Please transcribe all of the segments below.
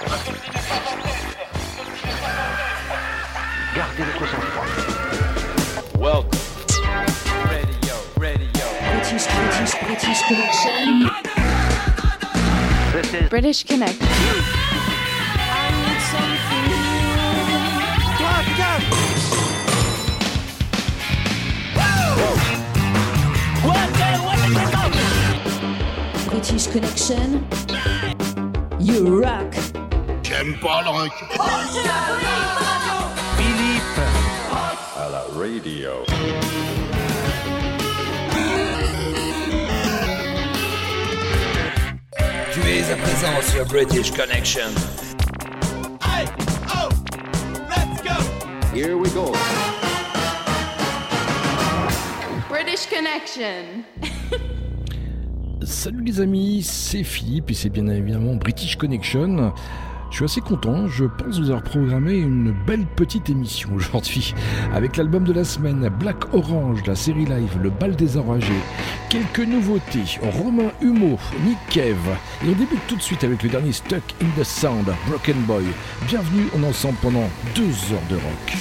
Gardez votre sang-froid. Welcome. Radio. British Connection. This is British Connect. British Connection. You rock. J'aime pas le rock. Philippe. À la radio. Tu es à présent sur British Connection. Hey, oh, let's go. Here we go. British Connection. Salut les amis, c'est Philippe et c'est bien évidemment British Connection. Je suis assez content, je pense vous avoir programmé une belle petite émission aujourd'hui avec l'album de la semaine, Black Orange, la série live, le bal des enragés, quelques nouveautés, Romain Humeau, Nick Cave, et on débute tout de suite avec le dernier Stuck in the Sound, Broken Boy. Bienvenue, on est ensemble pendant 2 heures de rock.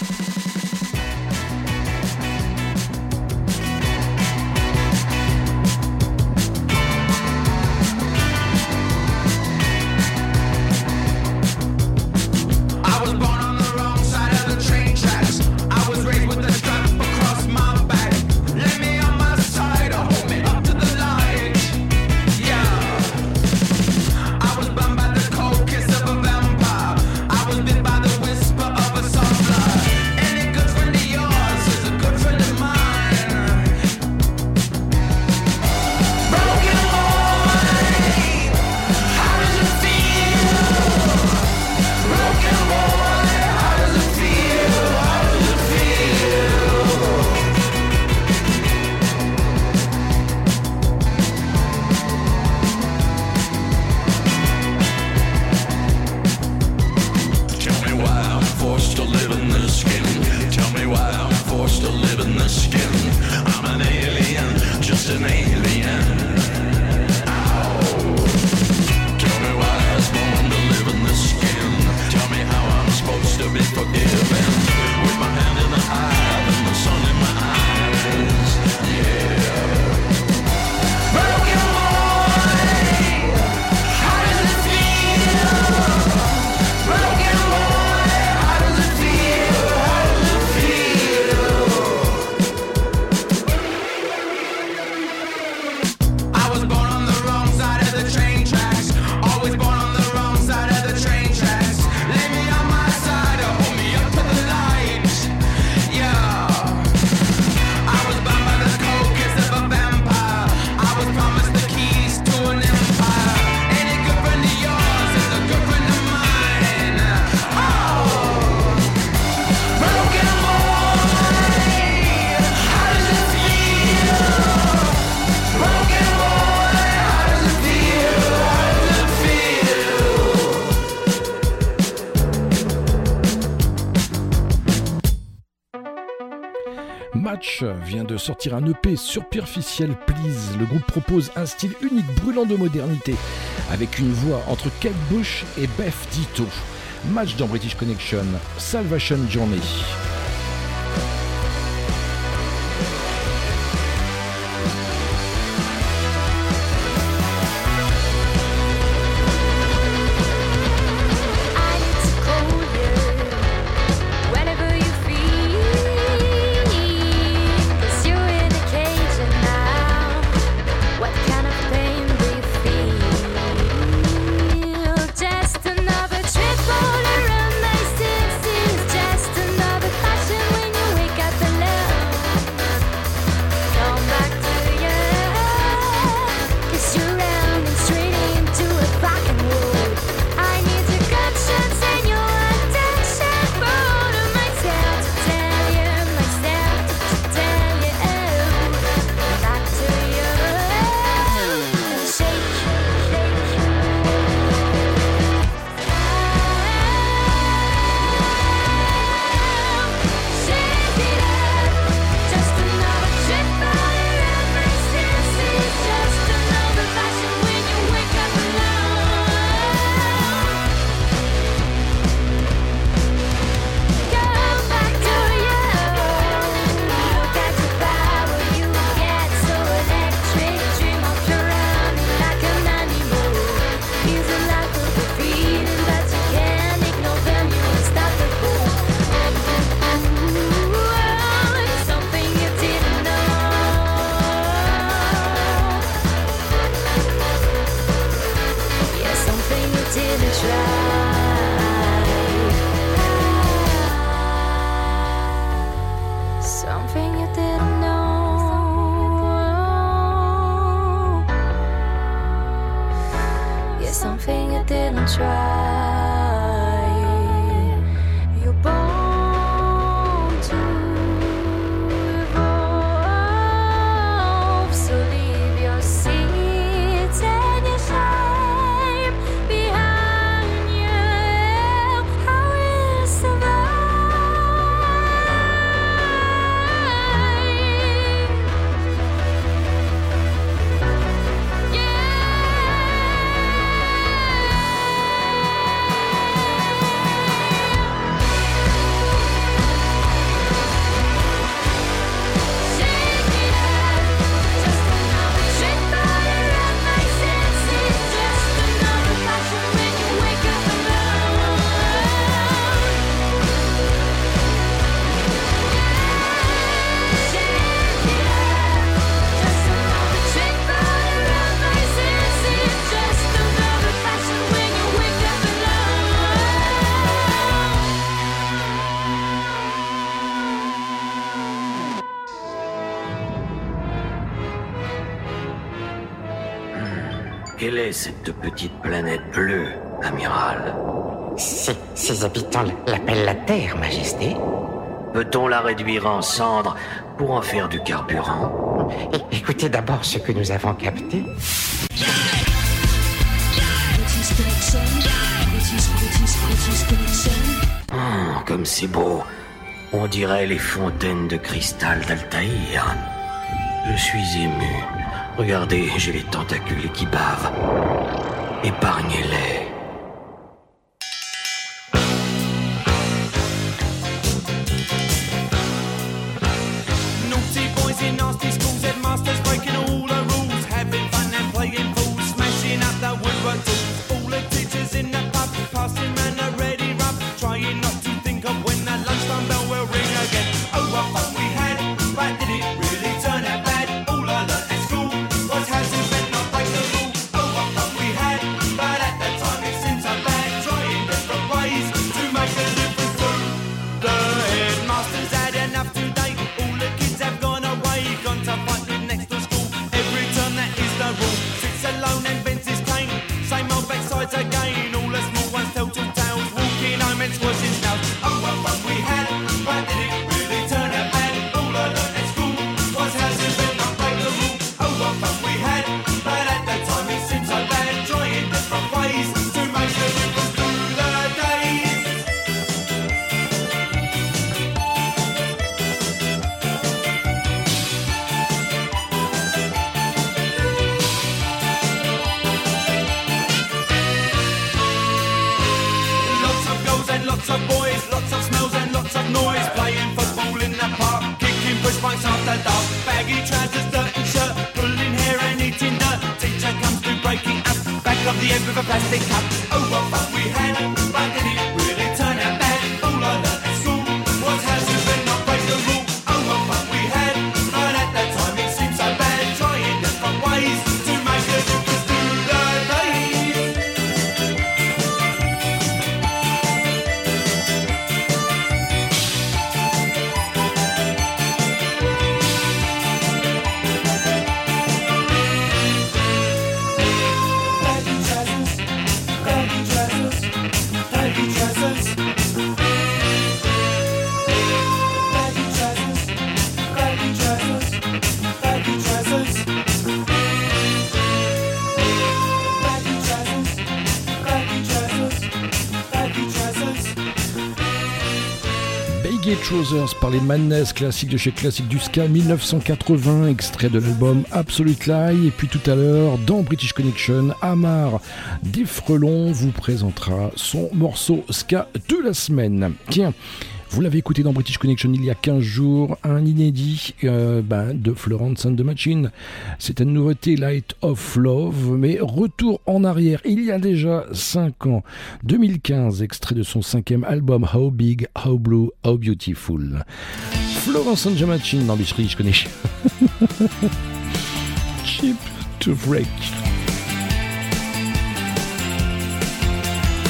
Vient de sortir un EP Superficial Please. Le groupe propose un style unique brûlant de modernité avec une voix entre Kate Bush et Beth Ditto. Match dans British Connection, Salvation Journey. Just another trip all around my senses, just another Quelle est cette petite planète bleue, amiral? Ses habitants l'appellent la Terre, Majesté. Peut-on la réduire en cendres pour en faire du carburant? Écoutez d'abord ce que nous avons capté. British Connection. British Connection. Oh, comme c'est beau. On dirait les fontaines de cristal d'Altaïr. Je suis ému. Regardez, j'ai les tentacules qui bavent. Épargnez-les. Naughty boys in nasty schools, headmasters breaking all the rules, having fun and playing fools, smashing up the woodwork tools. All the teachers in the pub, passing round a ready rub, trying not to think of when the lunchtime bell will ring again. Oh, what fun we had, but did it really turn out bad? All I learnt at school was how to bend, not break the rule. Oh, what fun we had, but at the time it seemed so bad, trying different ways to make a difference to the headmasters had enough today. All the kids have gone away, gone to fight with next to school. Every term that is the rule. Sits alone and bends his cane. Same old backsides again. All the small ones tell two tales, walking home and squashing snails. Oh, what fun we had, but did it really turn out bad? All I learnt at school was how to bend, not break the rule. Oh, what fun we had, but at the time it seemed so bad, trying different ways to make a difference through the days. Lots of girls and lots of boys, lots of smells and lots of noise, playing football in the park, kicking push bikes after dark, baggy trousers, dirty shirt, pulling hair and eating dirt. Teacher comes through breaking up, back of the head with a plastic cup. Oh, what fun we had, but did it really turn out bad? All I learnt at school was how to bend, not break the rule. Oh, what fun we had, but at that time it seemed so bad, trying different ways to make a difference through the days. Baggy Trousers par les Madness, classique de chez Classique du Ska 1980, extrait de l'album Absolute Lie. Et puis tout à l'heure, dans British Connection, Amar des Frelons vous présentera son morceau Ska de la semaine. Tiens, vous l'avez écouté dans British Connection il y a 15 jours, un inédit de Florence and the Machine. C'est une nouveauté, Light of Love, mais retour en arrière, il y a déjà 5 ans, 2015, extrait de son 5e album How Big, How Blue, How Beautiful. Florence and the Machine dans British Connection. Cheap to Break.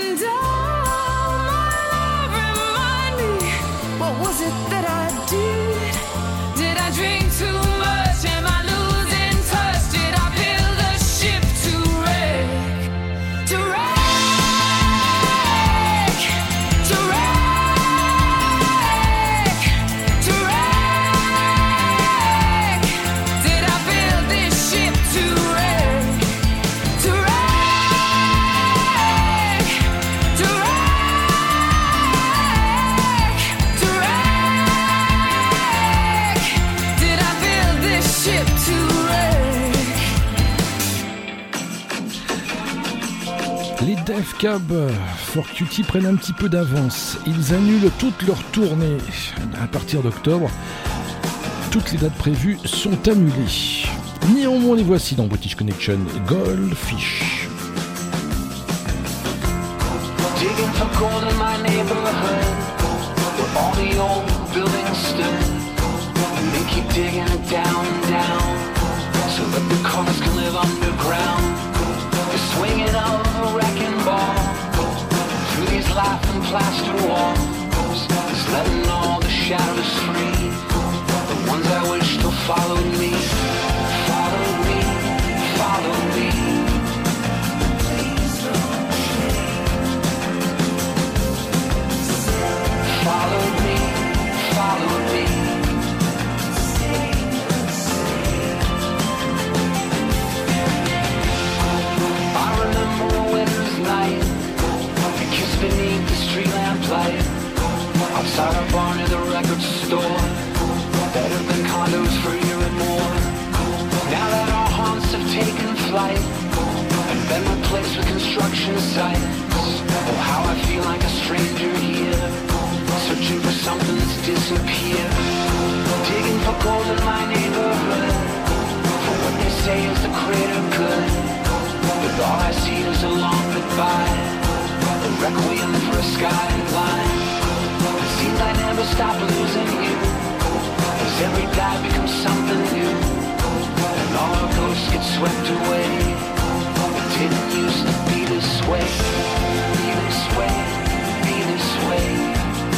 Def Cab for Cutie prennent un petit peu d'avance. Ils annulent toutes leurs tournées. À partir d'octobre, toutes les dates prévues sont annulées. Néanmoins, les voici dans British Connection, Goldfish. Digging for gold in my neighborhood, where all the old buildings stood, and they keep digging it down and down, so that the cars can live underground. They're swinging of a wrecking ball through these laughing plaster walls, just letting all the shadows free, the ones I wish still followed me. Follow me, follow me. Follow me, follow me. I remember a winter's night, a kiss beneath the street lamplight, outside our bar near the record store, that have been condos for a year and more. Now that our haunts have taken flight and been replaced with construction sites, oh how I feel like a stranger here, searching for something that's disappeared, digging for gold in my neighborhood, for what they say is the greater good, but all I see is a long goodbye, a requiem for a skyline. It seems I never stop losing you, as every day becomes something new, and all our ghosts get swept away. It didn't used to be this way, be this way, be this way.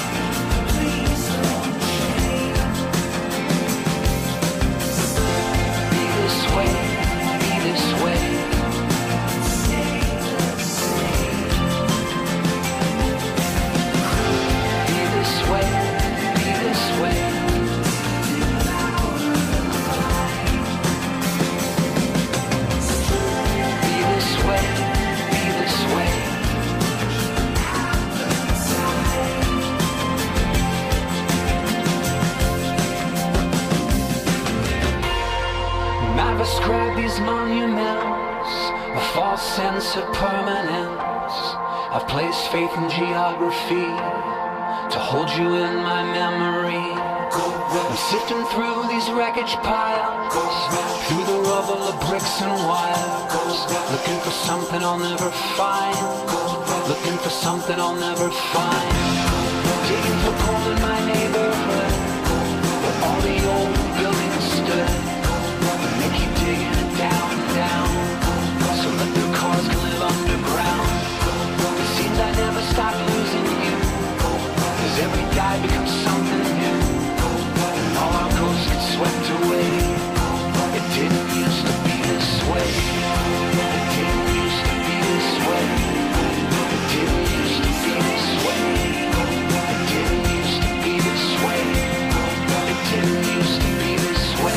Ascribe these monuments a false sense of permanence. I've placed faith in geography to hold you in my memory. I'm sifting through these wreckage piles, through the rubble of bricks and wires, looking for something I'll never find, looking for something I'll never find. Digging for gold in my neighborhood, where all the old buildings stood. They keep digging it down and down, so that their cars can live underground. It seems I never stop losing you, as every day becomes something new, and all our ghosts get swept away. It didn't used to be this way. It didn't used to be this way. It didn't used to be this way. It didn't used to be this way. It didn't used to be this way.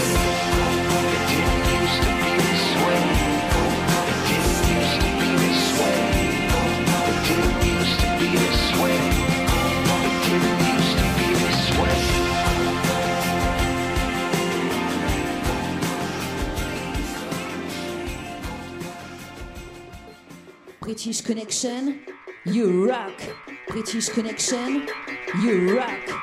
British Connection, you rock. British Connection, you rock.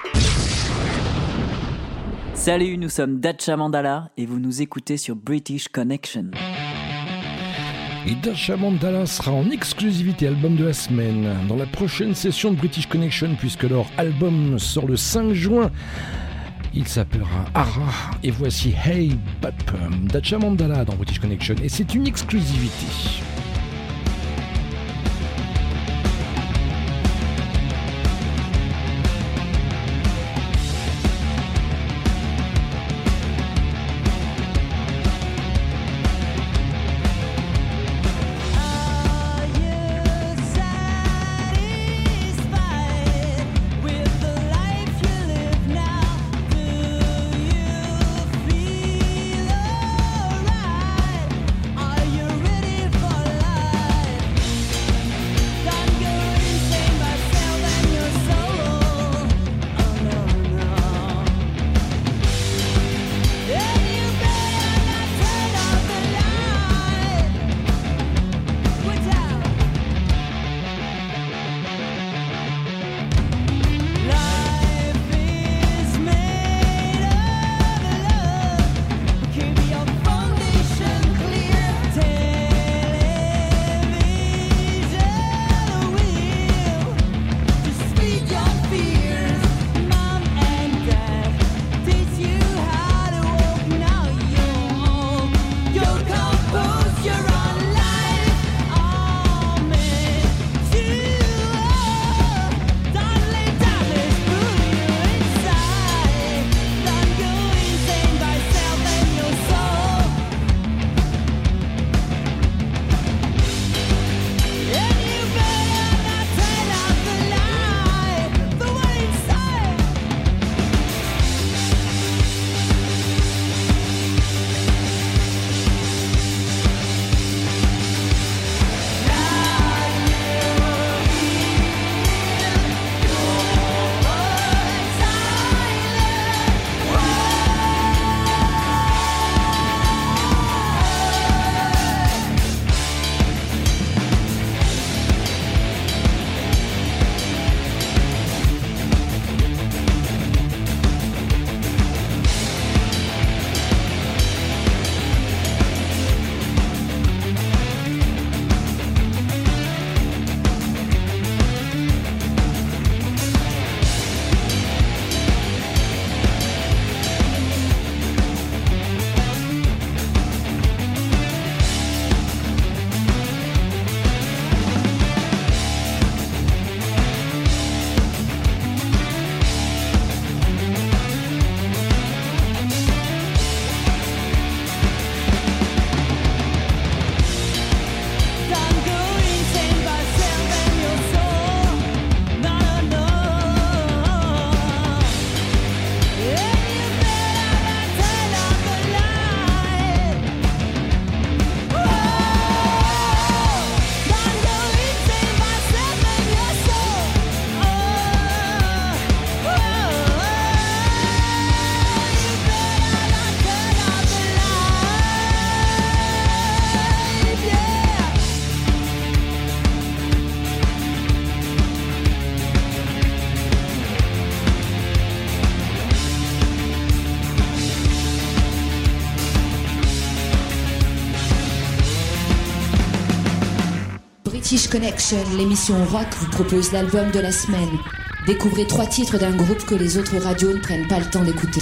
Salut, nous sommes Dacha Mandala et vous nous écoutez sur British Connection. Et Dacha Mandala sera en exclusivité album de la semaine dans la prochaine session de British Connection, puisque leur album sort le 5 juin. Il s'appellera Ara et voici Hey Bop, Dacha Mandala dans British Connection, et c'est une exclusivité. British Connection, l'émission rock vous propose l'album de la semaine. Découvrez 3 titres d'un groupe que les autres radios ne prennent pas le temps d'écouter.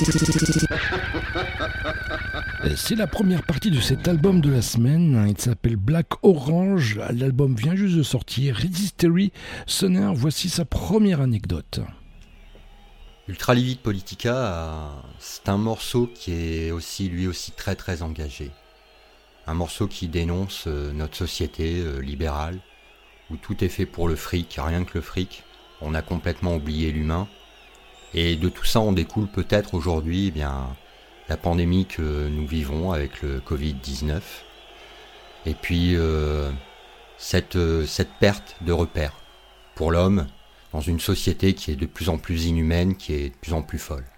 C'est la première partie de cet album de la semaine. Il s'appelle Black Orange. L'album vient juste de sortir. Resistery Sonner, voici sa première anecdote. Ultralivid Politica, c'est un morceau qui est lui aussi très très engagé. Un morceau qui dénonce notre société libérale, où tout est fait pour le fric, rien que le fric. On a complètement oublié l'humain. Et de tout ça, on découle peut-être aujourd'hui la pandémie que nous vivons avec le Covid-19. Et puis cette perte de repères pour l'homme dans une société qui est de plus en plus inhumaine, qui est de plus en plus folle.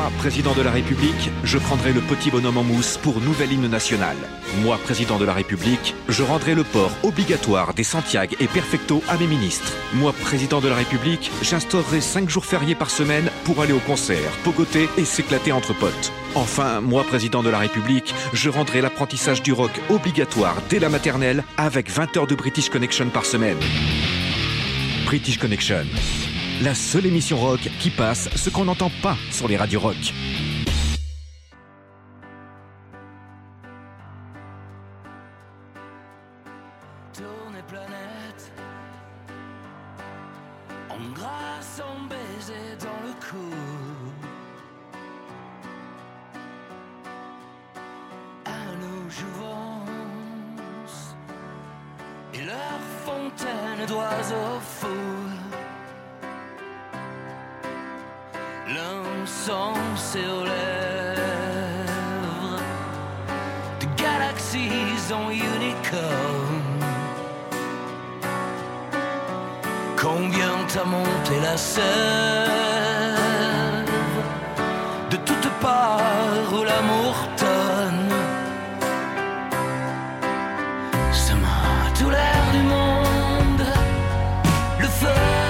Moi, président de la République, je prendrai le petit bonhomme en mousse pour nouvel hymne national. Moi, président de la République, je rendrai le port obligatoire des Santiago et Perfecto à mes ministres. Moi, président de la République, j'instaurerai 5 jours fériés par semaine pour aller au concert, pogoter et s'éclater entre potes. Enfin, moi, président de la République, je rendrai l'apprentissage du rock obligatoire dès la maternelle avec 20 heures de British Connection par semaine. British Connection, la seule émission rock qui passe ce qu'on n'entend pas sur les radios rock. Tourner planète, embrasse son baiser dans le cou. À nos jouvences et leur fontaine d'oiseaux fous. L'encens sur lèvres de galaxies en unicorn. Combien t'as monté la sève de toutes parts où l'amour tonne. Ça m'a tout l'air du monde, le feu.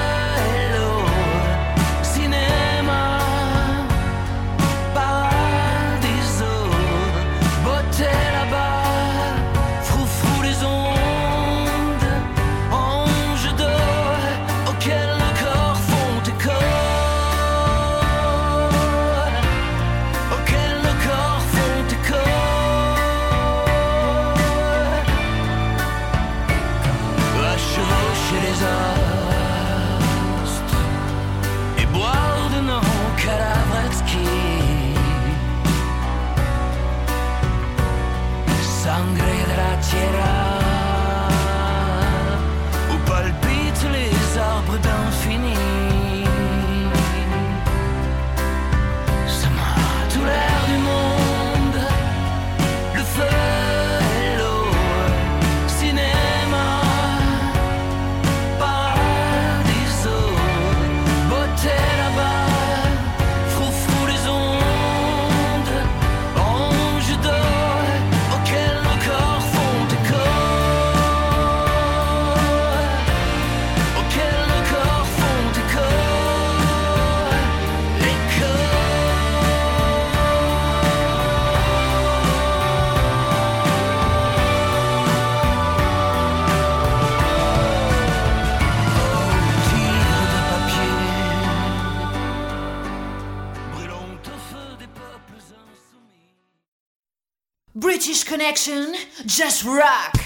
British Connection, just rock.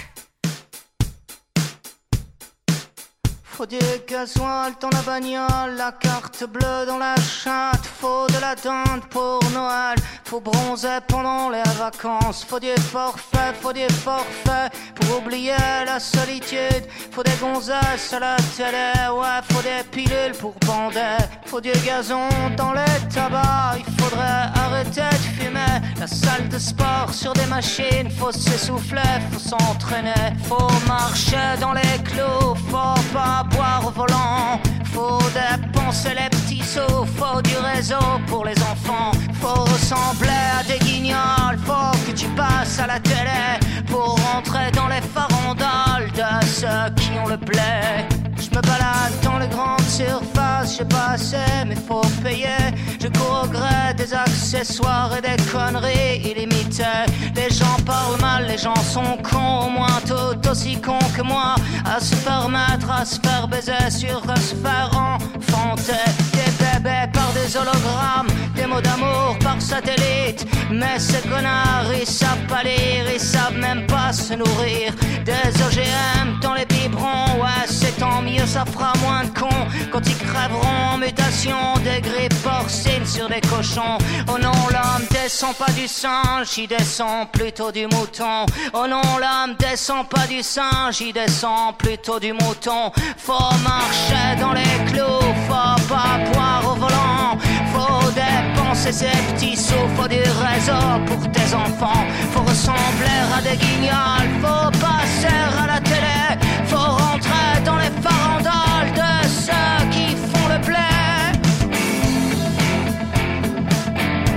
Faut du gasoil dans la bagnole, la carte bleue dans la chatte. Faut de la dinde pour Noël, faut bronzer pendant les vacances. Faut du forfait pour oublier la solitude. Faut des gonzesses à la télé, ouais, faut des pilules pour bander. Faut du gazon dans les tabacs, il faudrait arrêter de fumer. La salle de sport sur des machines, faut s'essouffler, faut s'entraîner. Faut marcher dans les clous, faut pas boire au volant. Faut dépenser les petits sous, faut du réseau pour les enfants. Faut ressembler à des guignols, faut que tu passes à la télé pour rentrer dans les farandoles de ceux qui ont le blé. Je me balade dans les grandes surfaces, j'ai pas assez mais faut payer. Je cours au gré des accessoires et des conneries illimitées. Les gens parlent mal, les gens sont cons, au moins tout aussi cons que moi. À se faire mettre, à se faire baiser, sur à se faire enfanter. Des bébés par des hologrammes, des mots d'amour par satellite. Mais ces connards, ils savent pas lire, ils savent même pas se nourrir. Des OGM dans les biberons, ouais c'est tant mieux, ça fera moins de cons quand ils crèveront en mutation. Des grippes porcines sur des cochons. Oh non, l'homme descend pas du singe, il descend plutôt du mouton. Oh non, l'homme descend pas du singe, il descend plutôt du mouton. Faut marcher dans les clous, faut pas boire au volant. Faut dépenser ses petits sous, faut du réseau pour tes enfants. Faut ressembler à des guignols, faut passer à la télé. Faut rentrer dans les farandoles de ceux qui font le blé.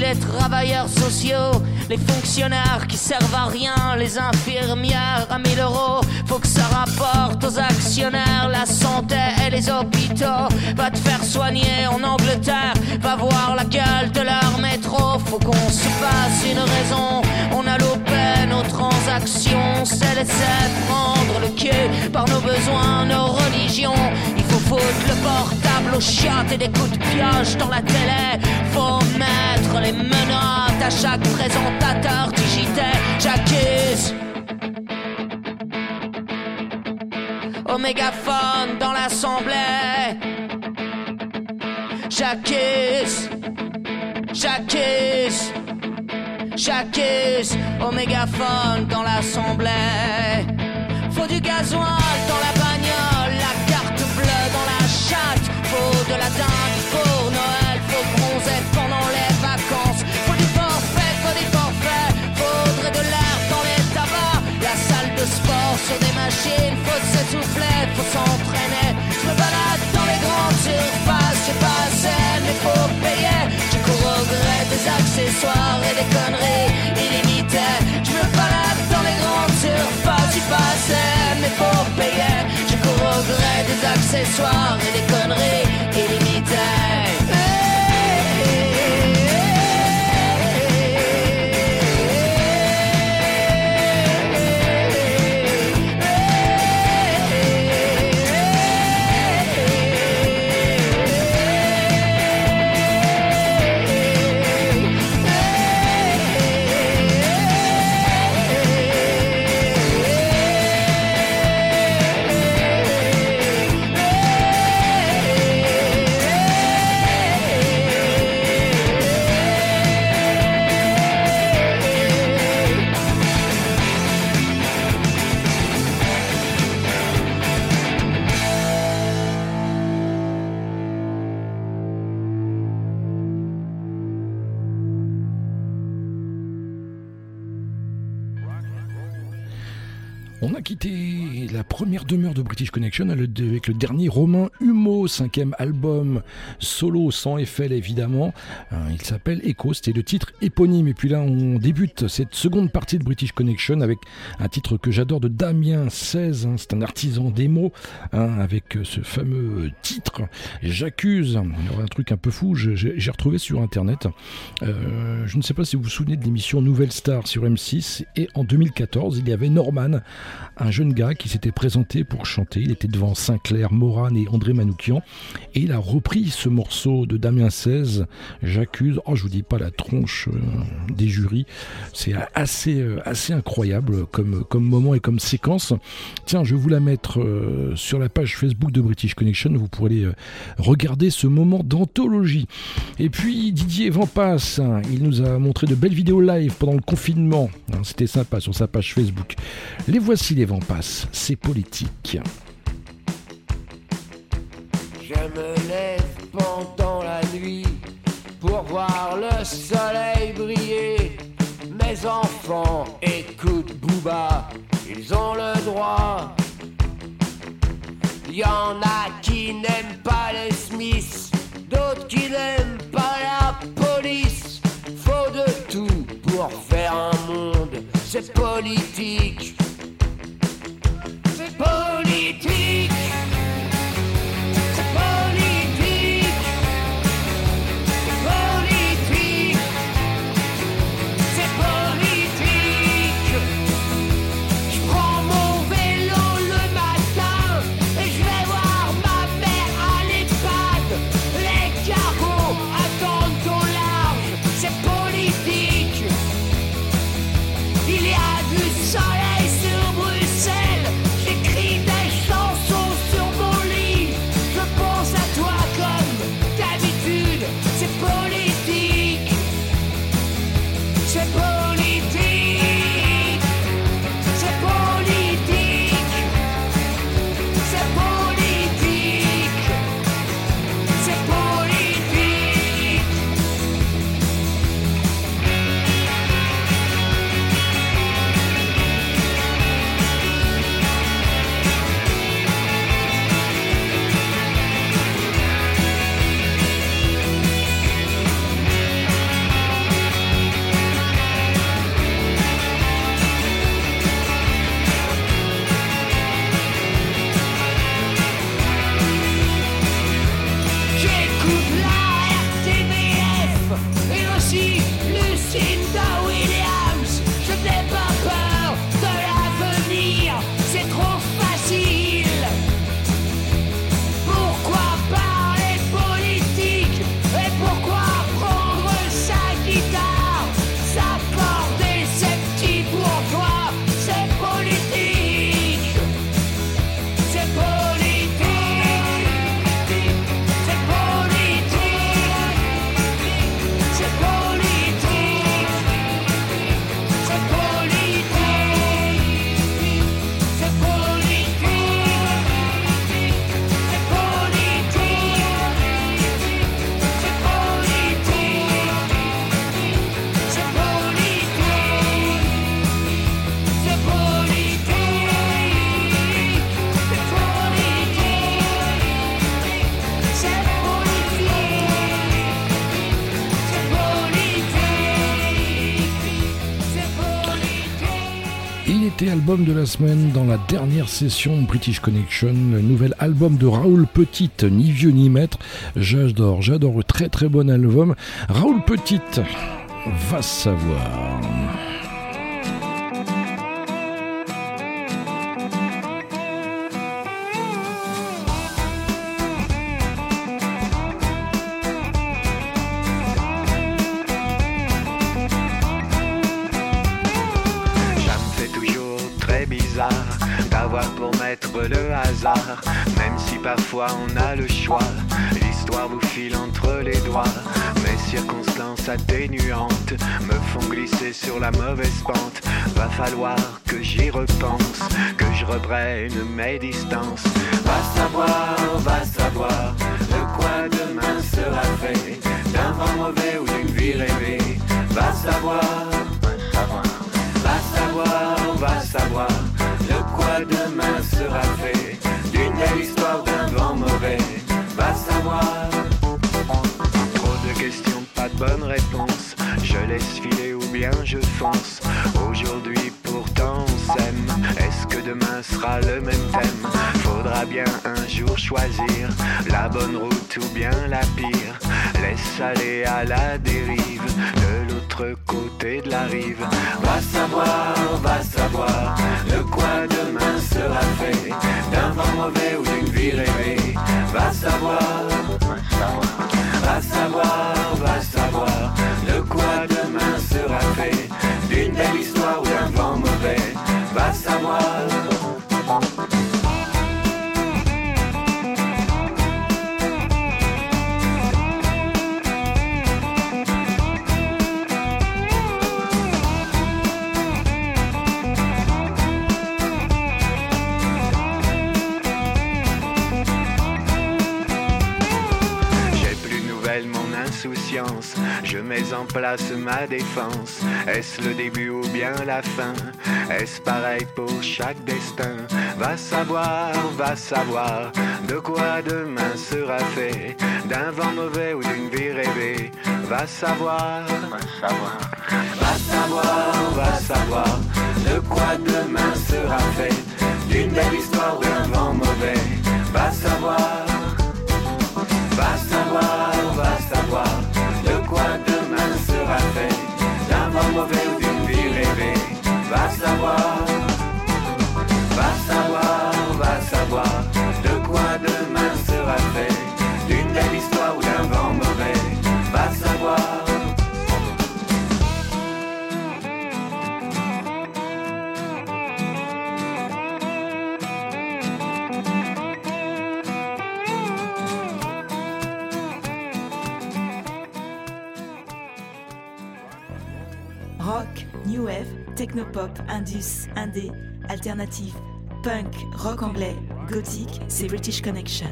les travailleurs sociaux, les fonctionnaires qui servent à rien, les infirmières à 1000 €. Faut que ça rapporte aux actionnaires la santé et les hôpitaux. Va te faire soigner en Angleterre, va voir la gueule de leur métro. Faut qu'on se fasse une raison, on a loupé nos transactions, s'est laissé prendre le cul par nos besoins, nos religions. Il faut foutre le portable aux chiottes et des coups de pioche dans la télé. Faut mettre les menottes à chaque présentateur du JT. J'accuse au mégaphone dans l'assemblée. J'accuse au mégaphone dans l'assemblée. Faut du gasoil dans la bagnole, la carte bleue dans la chatte. Faut de la dinde pour Noël, faut bronzer pendant les vacances. Faut du forfait, faudrait de l'air dans les tabacs. La salle de sport sur des machines, faut s'essouffler, faut s'entraîner. Je me balade dans les grandes surfaces, j'ai pas assez mais faut payer. Je cours au gré des accessoires et des conneries illimitées. Je me balade dans les grandes surfaces, j'ai pas assez mais faut payer. Je cours au gré des accessoires et des conneries illimitées. On a quitté la première demeure de British Connection avec le dernier Romain Humeau, 5e album solo sans Eiffel évidemment. Il s'appelle Echo, c'était le titre éponyme. Et puis là on débute cette seconde partie de British Connection avec un titre que j'adore de Damien 16, c'est un artisan des mots, avec ce fameux titre J'accuse. Il y aura un truc un peu fou, j'ai retrouvé sur internet. Je ne sais pas si vous vous souvenez de l'émission Nouvelle Star sur M6, et en 2014 il y avait Norman, un jeune gars qui s'était présenté pour chanter. Il était devant Sinclair, Morane et André Manoukian, et il a repris ce morceau de Damien 16, J'accuse. Je vous dis pas la tronche des jurys, c'est assez incroyable comme moment et comme séquence. Tiens, je vais vous la mettre sur la page Facebook de British Connection, vous pourrez regarder ce moment d'anthologie. Et puis Didier Vampas, il nous a montré de belles vidéos live pendant le confinement, c'était sympa sur sa page Facebook. Les voici les Vampas, c'est politique. Je me lève pendant la nuit pour voir le soleil briller. Mes enfants écoutent Booba, ils ont le droit. Y en a qui n'aiment pas les Smiths, d'autres qui n'aiment pas la police. Faut de tout pour faire un monde, c'est politique. C'est politique. C'est politique. C'est politique. C'est politique. Je prends mon vélo le matin et je vais voir ma mère à l'EHPAD. Les cargos attendent au large. C'est politique. Il y a du soleil. l'album de la semaine dans la dernière session British Connection, le nouvel album de Raoul Petit, ni vieux ni maître. J'adore, très très bon album. Raoul Petit, va savoir. D'avoir pour maître le hasard, même si parfois on a le choix. L'histoire vous file entre les doigts. Mes circonstances atténuantes me font glisser sur la mauvaise pente. Va falloir que j'y repense, que je reprenne mes distances. Va savoir de quoi demain sera fait, d'un vent mauvais ou d'une vie rêvée. Va savoir de quoi demain sera fait, d'une belle histoire, d'un vent mauvais. Va savoir. Trop de questions, pas de bonnes réponses. Je laisse filer ou bien je fonce. Aujourd'hui pourtant on s'aime. Est-ce que demain sera le même thème? Faudra bien un jour choisir la bonne route ou bien la pire. Laisse aller à la dérive de l'autre côté de la rive. Va savoir de quoi demain sera fait, d'un vent mauvais ou d'une vie rêvée. Va savoir de quoi demain sera fait, d'une belle histoire ou d'un vent mauvais. Va savoir. Je mets en place ma défense. Est-ce le début ou bien la fin? Est-ce pareil pour chaque destin? Va savoir de quoi demain sera fait, d'un vent mauvais ou d'une vie rêvée. Va savoir de quoi demain sera fait, d'une belle histoire ou d'un vent mauvais. Va savoir de quoi demain sera fait, d'un vent mauvais ou d'une vie rêvée. Va savoir de quoi demain sera fait, d'une belle histoire ou d'un vent mauvais. Va savoir. Rock, new wave, technopop, indus, indé, alternative, punk, rock anglais, gothique, c'est British Connection.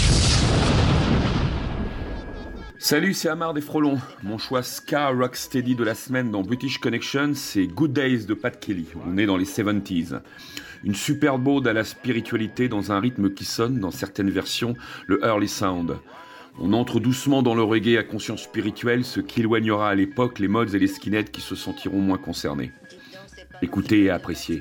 Salut, c'est Amar des Frelons. Mon choix ska rocksteady de la semaine dans British Connection, c'est Good Days de Pat Kelly. On est dans les 70s. Une superbe ode à la spiritualité dans un rythme qui sonne, dans certaines versions, le early sound. On entre doucement dans le reggae à conscience spirituelle, ce qui éloignera à l'époque les mods et les skinheads qui se sentiront moins concernés. Écoutez et appréciez.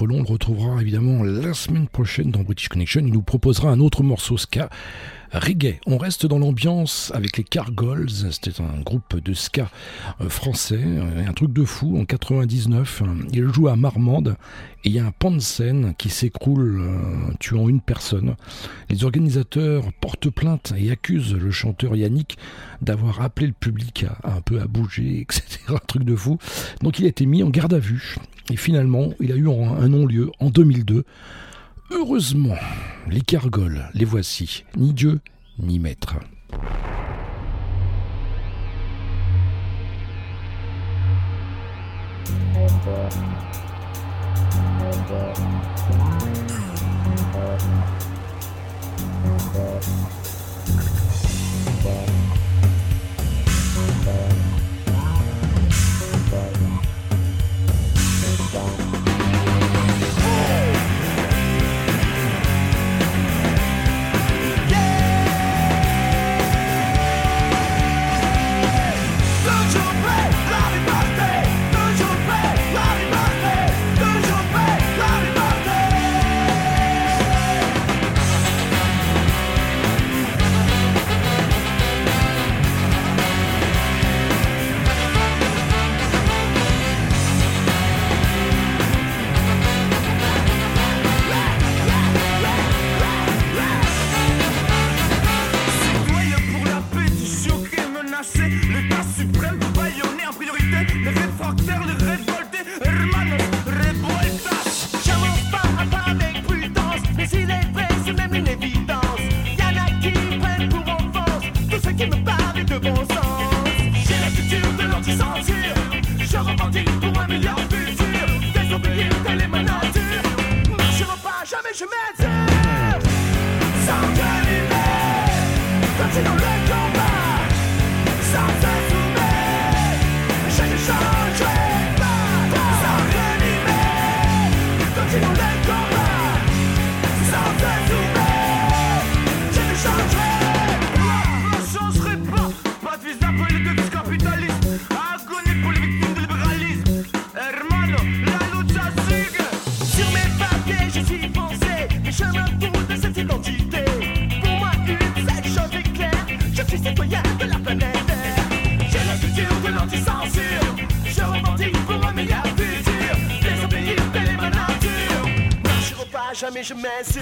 Frelon le retrouvera évidemment la semaine prochaine dans British Connection. Il nous proposera un autre morceau ska, reggae. On reste dans l'ambiance avec les Cargols. C'était un groupe de ska français, un truc de fou. En 99, il joue à Marmande et il y a un pan de scène qui s'écroule, tuant une personne. Les organisateurs portent plainte et accusent le chanteur Yannick d'avoir appelé le public un peu à bouger, etc. Un truc de fou. Donc il a été mis en garde à vue et finalement il a eu un non-lieu en 2002. Heureusement, les Cargols, les voici, ni Dieu ni maître. Jamais je m'assure.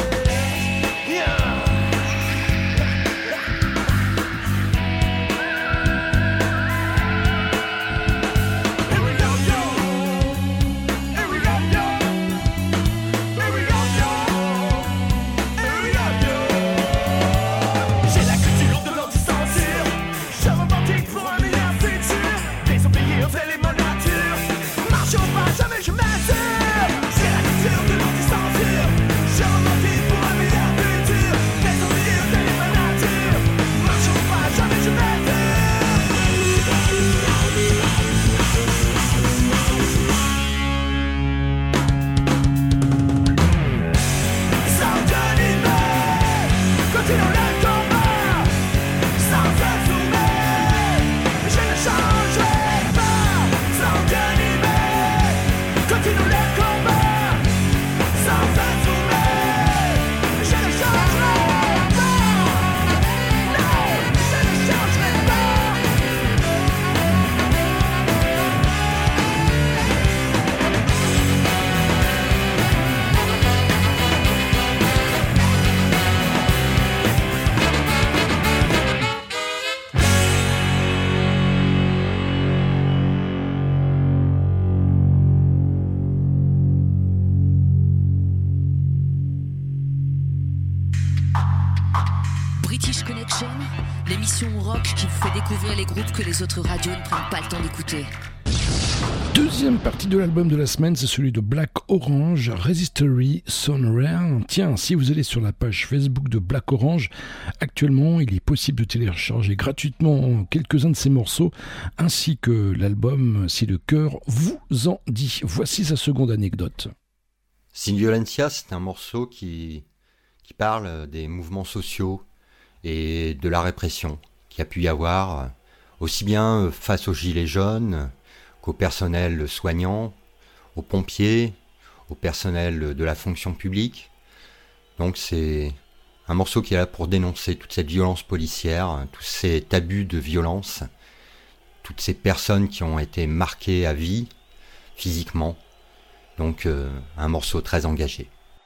British Connection, l'émission rock qui vous fait découvrir les groupes que les autres radios ne prennent pas le temps d'écouter. Deuxième partie de l'album de la semaine, c'est celui de Black Orange, Resistory Son Rare. Tiens, si vous allez sur la page Facebook de Black Orange, actuellement il est possible de télécharger gratuitement quelques-uns de ses morceaux, ainsi que l'album Si le cœur vous en dit. Voici sa seconde anecdote. Sin Violentia, c'est un morceau qui parle des mouvements sociaux et de la répression qu'il y a pu y avoir, aussi bien face aux gilets jaunes qu'au personnel soignant, aux pompiers, au personnel de la fonction publique. Donc c'est un morceau qui est là pour dénoncer toute cette violence policière, tous ces abus de violence, toutes ces personnes qui ont été marquées à vie, physiquement. Donc un morceau très engagé.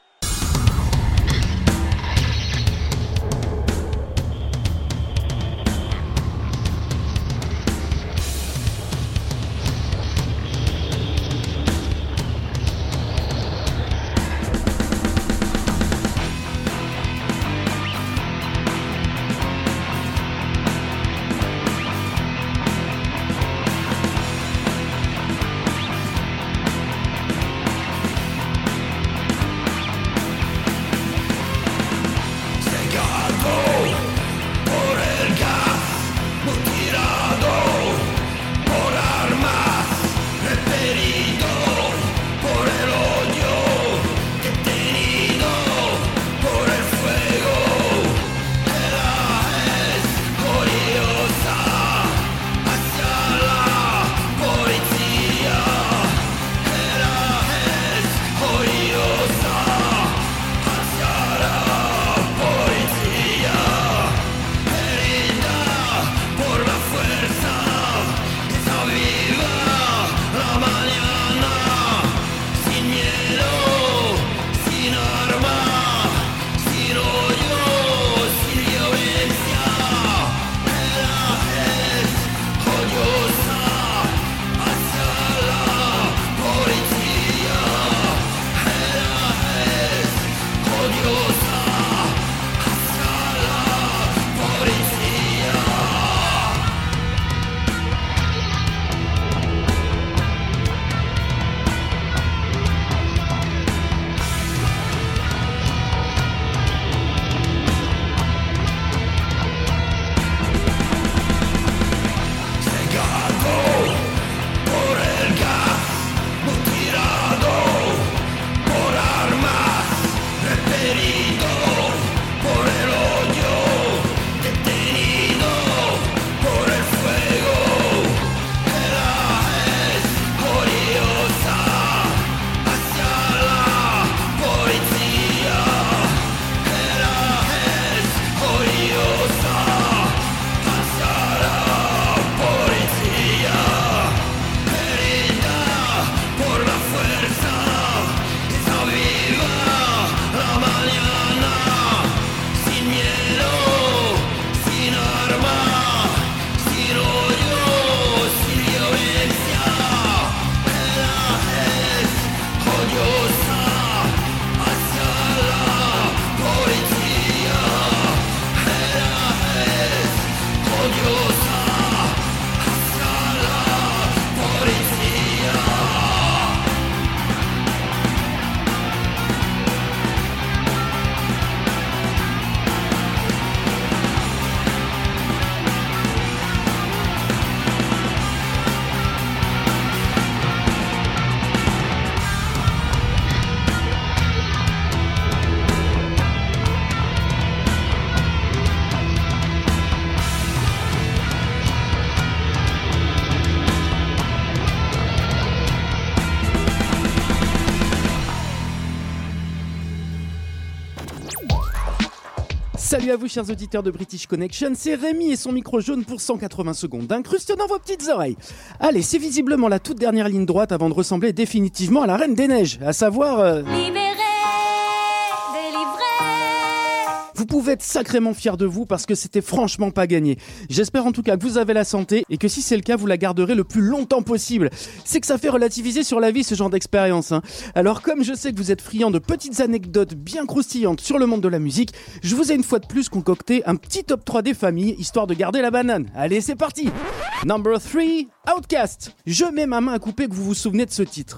Salut à vous chers auditeurs de British Connection, c'est Rémi et son micro jaune pour 180 secondes d'incruste dans vos petites oreilles. Allez, c'est visiblement la toute dernière ligne droite avant de ressembler définitivement à la Reine des Neiges, à savoir... Vous pouvez être sacrément fiers de vous parce que c'était franchement pas gagné. J'espère en tout cas que vous avez la santé et que si c'est le cas, vous la garderez le plus longtemps possible. C'est que ça fait relativiser sur la vie ce genre d'expérience. Alors comme je sais que vous êtes friands de petites anecdotes bien croustillantes sur le monde de la musique, je vous ai une fois de plus concocté un petit top 3 des familles histoire de garder la banane. Allez, c'est parti. Number 3, Outkast. Je mets ma main à couper que vous vous souvenez de ce titre.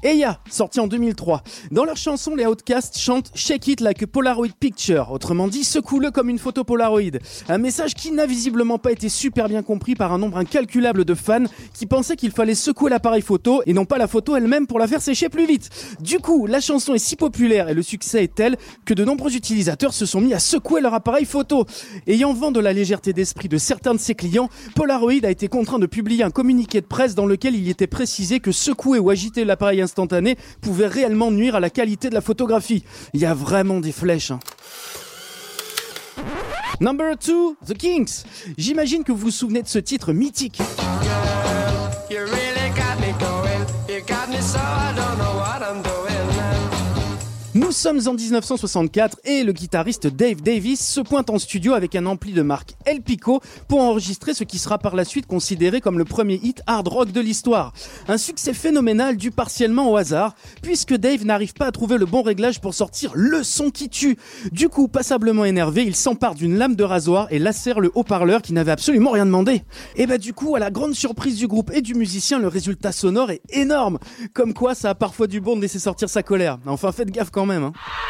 Eya, sorti en 2003. Dans leur chanson, les Outcasts chantent « Shake it like a Polaroid picture », autrement dit « secoue-le comme une photo Polaroid ». Un message qui n'a visiblement pas été super bien compris par un nombre incalculable de fans qui pensaient qu'il fallait secouer l'appareil photo et non pas la photo elle-même pour la faire sécher plus vite. Du coup, la chanson est si populaire et le succès est tel que de nombreux utilisateurs se sont mis à secouer leur appareil photo. Ayant vent de la légèreté d'esprit de certains de ses clients, Polaroid a été contraint de publier un communiqué de presse dans lequel il y était précisé que secouer ou agiter l'appareil instantané pouvait réellement nuire à la qualité de la photographie. Il y a vraiment des flèches, hein. Number 2, The Kinks. J'imagine que vous vous souvenez de ce titre mythique. Nous sommes en 1964 et le guitariste Dave Davis se pointe en studio avec un ampli de marque El Pico pour enregistrer ce qui sera par la suite considéré comme le premier hit hard rock de l'histoire. Un succès phénoménal dû partiellement au hasard, puisque Dave n'arrive pas à trouver le bon réglage pour sortir le son qui tue. Du coup, passablement énervé, il s'empare d'une lame de rasoir et lacère le haut-parleur qui n'avait absolument rien demandé. Et bah du coup, à la grande surprise du groupe et du musicien, le résultat sonore est énorme. Comme quoi, ça a parfois du bon de laisser sortir sa colère. Enfin, faites gaffe quand même, hein.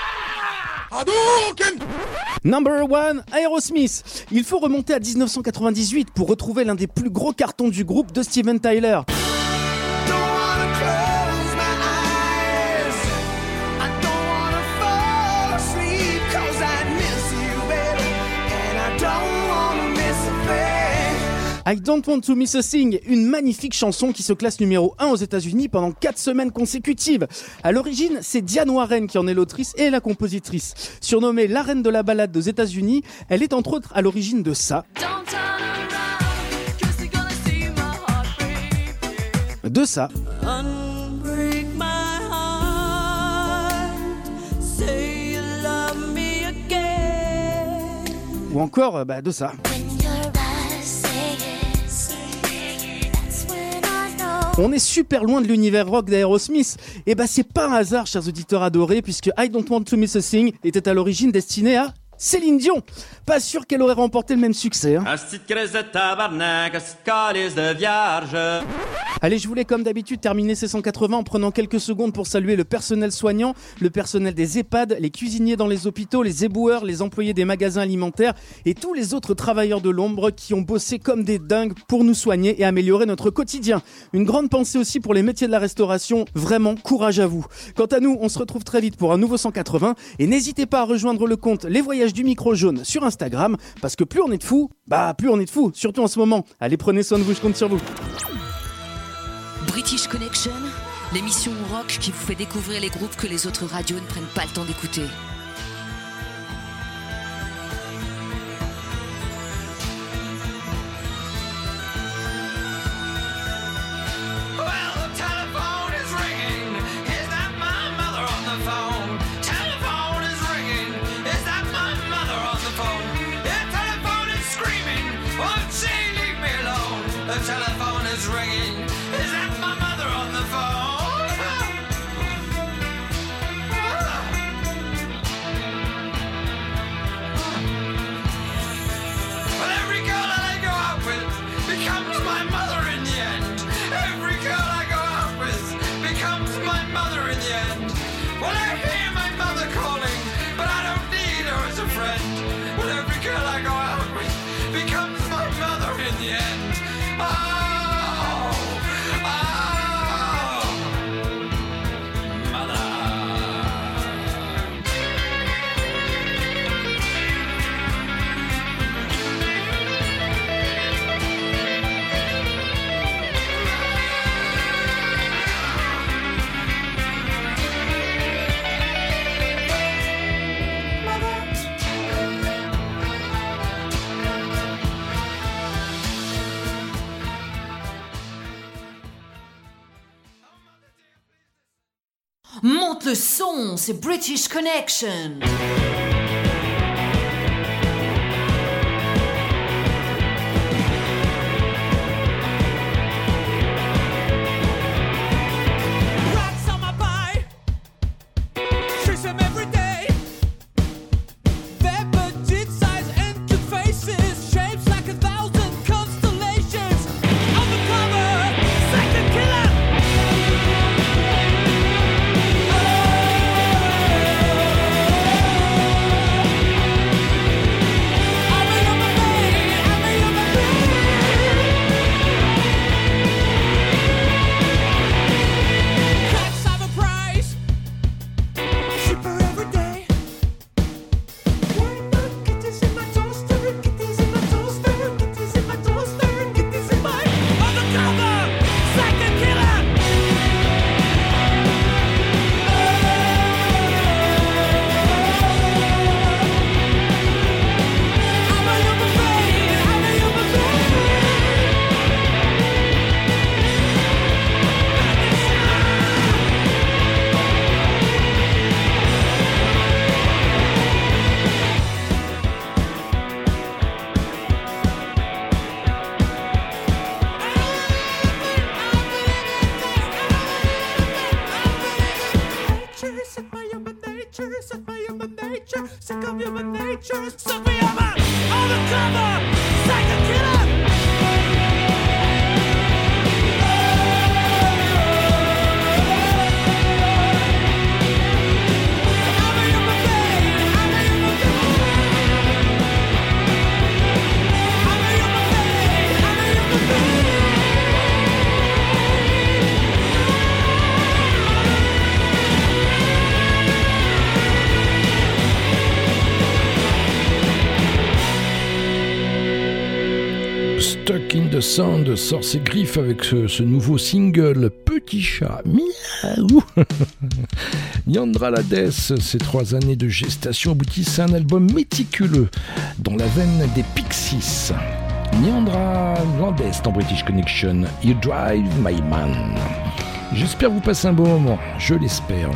Number 1, Aerosmith. Il faut remonter à 1998 pour retrouver l'un des plus gros cartons du groupe de Steven Tyler. I Don't Want to Miss a Thing, une magnifique chanson qui se classe numéro 1 aux États-Unis pendant 4 semaines consécutives. À l'origine, c'est Diane Warren qui en est l'autrice et la compositrice. Surnommée la reine de la ballade aux États-Unis, elle est entre autres à l'origine de ça. De ça. Ou encore, de ça. On est super loin de l'univers rock d'Aerosmith. Et c'est pas un hasard, chers auditeurs adorés, puisque I Don't Want to Miss a Thing était à l'origine destiné à Céline Dion. Pas sûr qu'elle aurait remporté le même succès, hein. Allez, je voulais comme d'habitude terminer ces 180 en prenant quelques secondes pour saluer le personnel soignant, le personnel des EHPAD, les cuisiniers dans les hôpitaux, les éboueurs, les employés des magasins alimentaires et tous les autres travailleurs de l'ombre qui ont bossé comme des dingues pour nous soigner et améliorer notre quotidien. Une grande pensée aussi pour les métiers de la restauration. Vraiment, courage à vous. Quant à nous, on se retrouve très vite pour un nouveau 180 et n'hésitez pas à rejoindre le compte Les Voyages du Micro Jaune sur Instagram parce que plus on est de fous, plus on est de fous, surtout en ce moment. Allez, prenez soin de vous, je compte sur vous. British Connection, l'émission rock qui vous fait découvrir les groupes que les autres radios ne prennent pas le temps d'écouter. Monte le son, c'est British Connection. Undercover, second killer. Wild Sound sort ses griffes avec ce nouveau single Petit Chat. Miaou. Niandra Lades, ces 3 années de gestation aboutissent à un album méticuleux dans la veine des Pixies. Niandra Lades dans British Connection, You Drive My Man. J'espère vous passer un bon moment, je l'espère.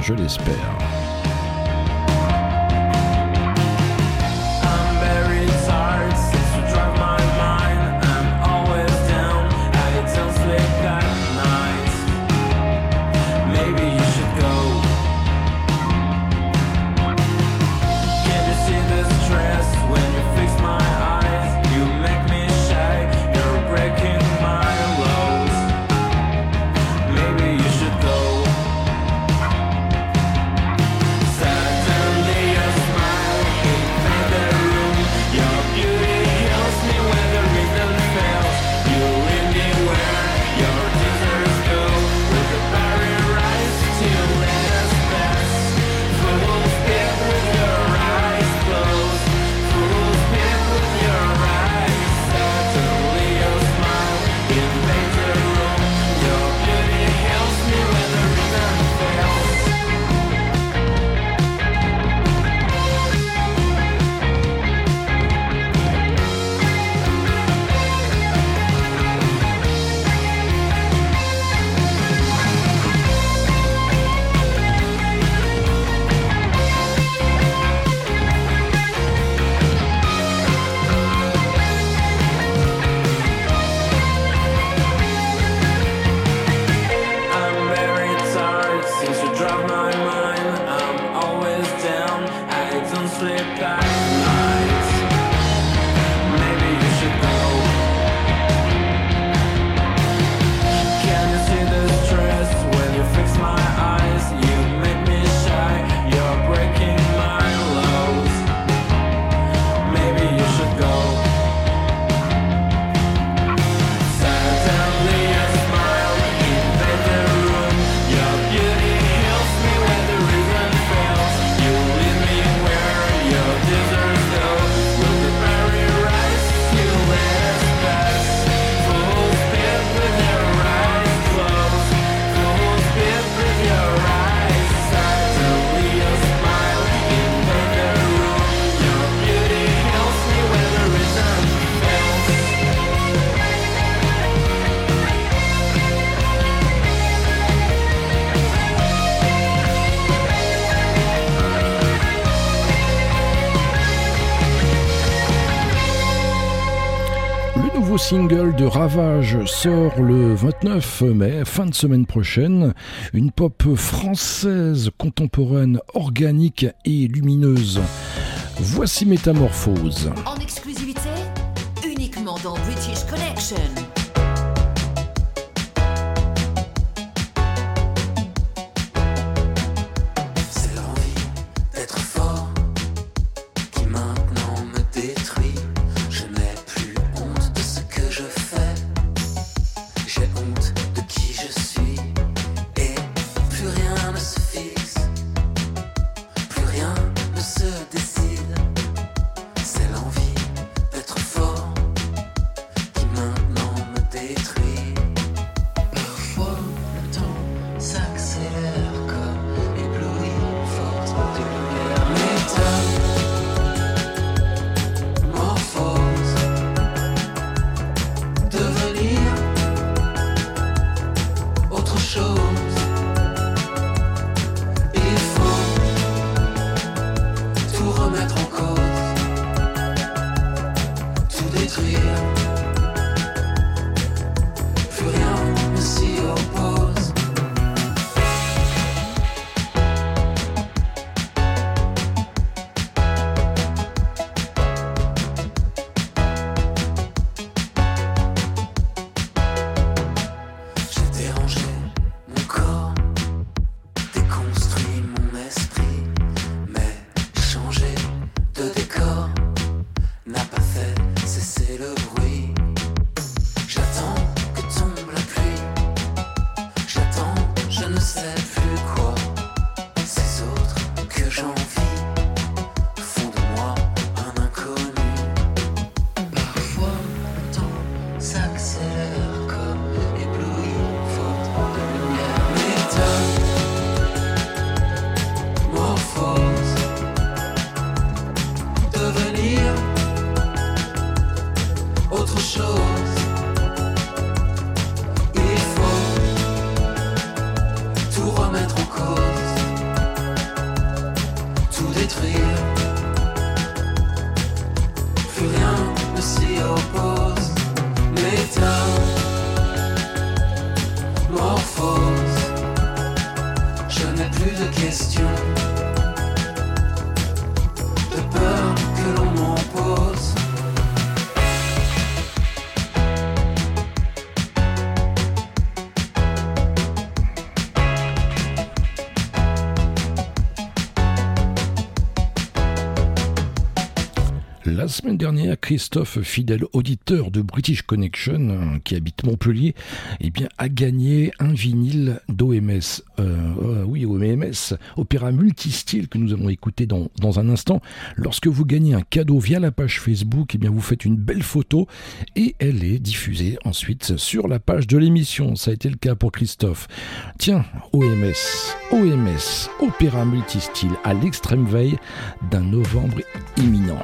Single de Ravage sort le 29 mai, fin de semaine prochaine. Une pop française contemporaine, organique et lumineuse. Voici Métamorphose. En exclusivité, uniquement dans British Connection. La semaine dernière, Christophe, fidèle auditeur de British Connection, qui habite Montpellier, eh bien, a gagné un vinyle d'OMS. Oui, OMS, opéra multistyle que nous allons écouter dans un instant. Lorsque vous gagnez un cadeau via la page Facebook, eh bien, vous faites une belle photo et elle est diffusée ensuite sur la page de l'émission. Ça a été le cas pour Christophe. Tiens, OMS, opéra multistyle à l'extrême veille d'un novembre imminent.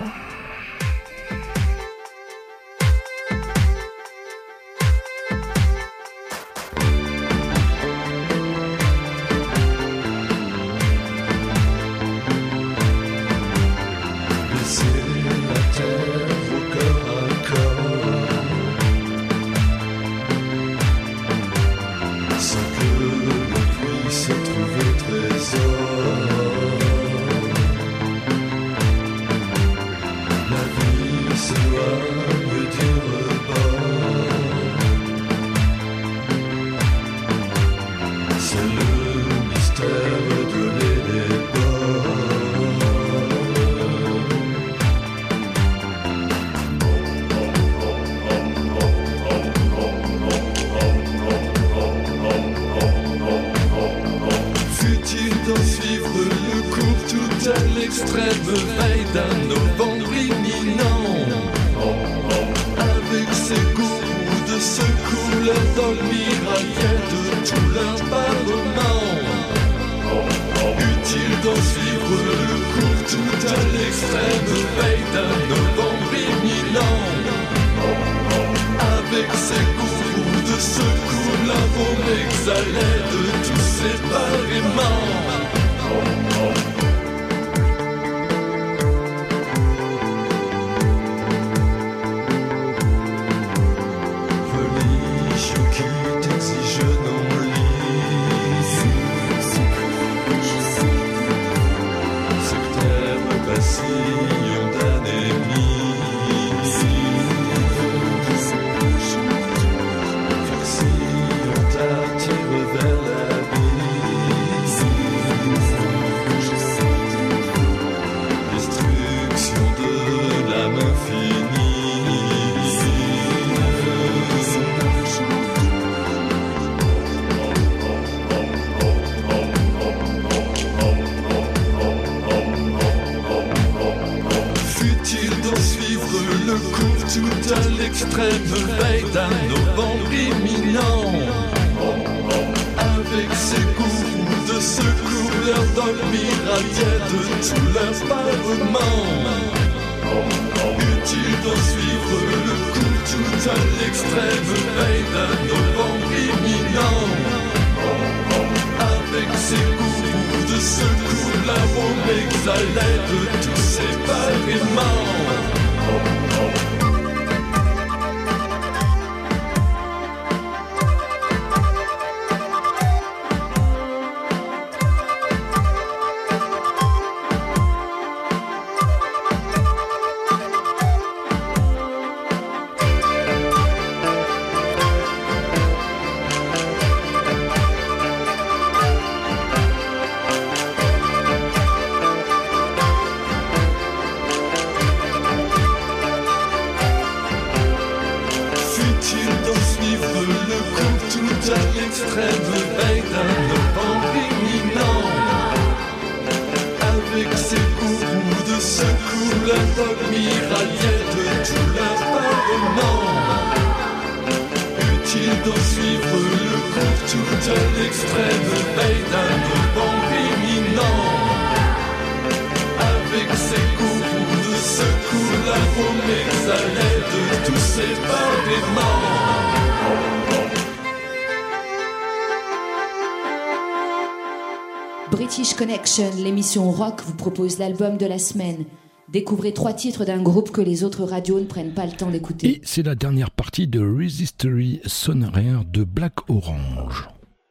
British Connection, l'émission rock, vous propose l'album de la semaine. Découvrez 3 titres d'un groupe que les autres radios ne prennent pas le temps d'écouter. Et c'est la dernière partie de Resistory Sonore de Black Orange.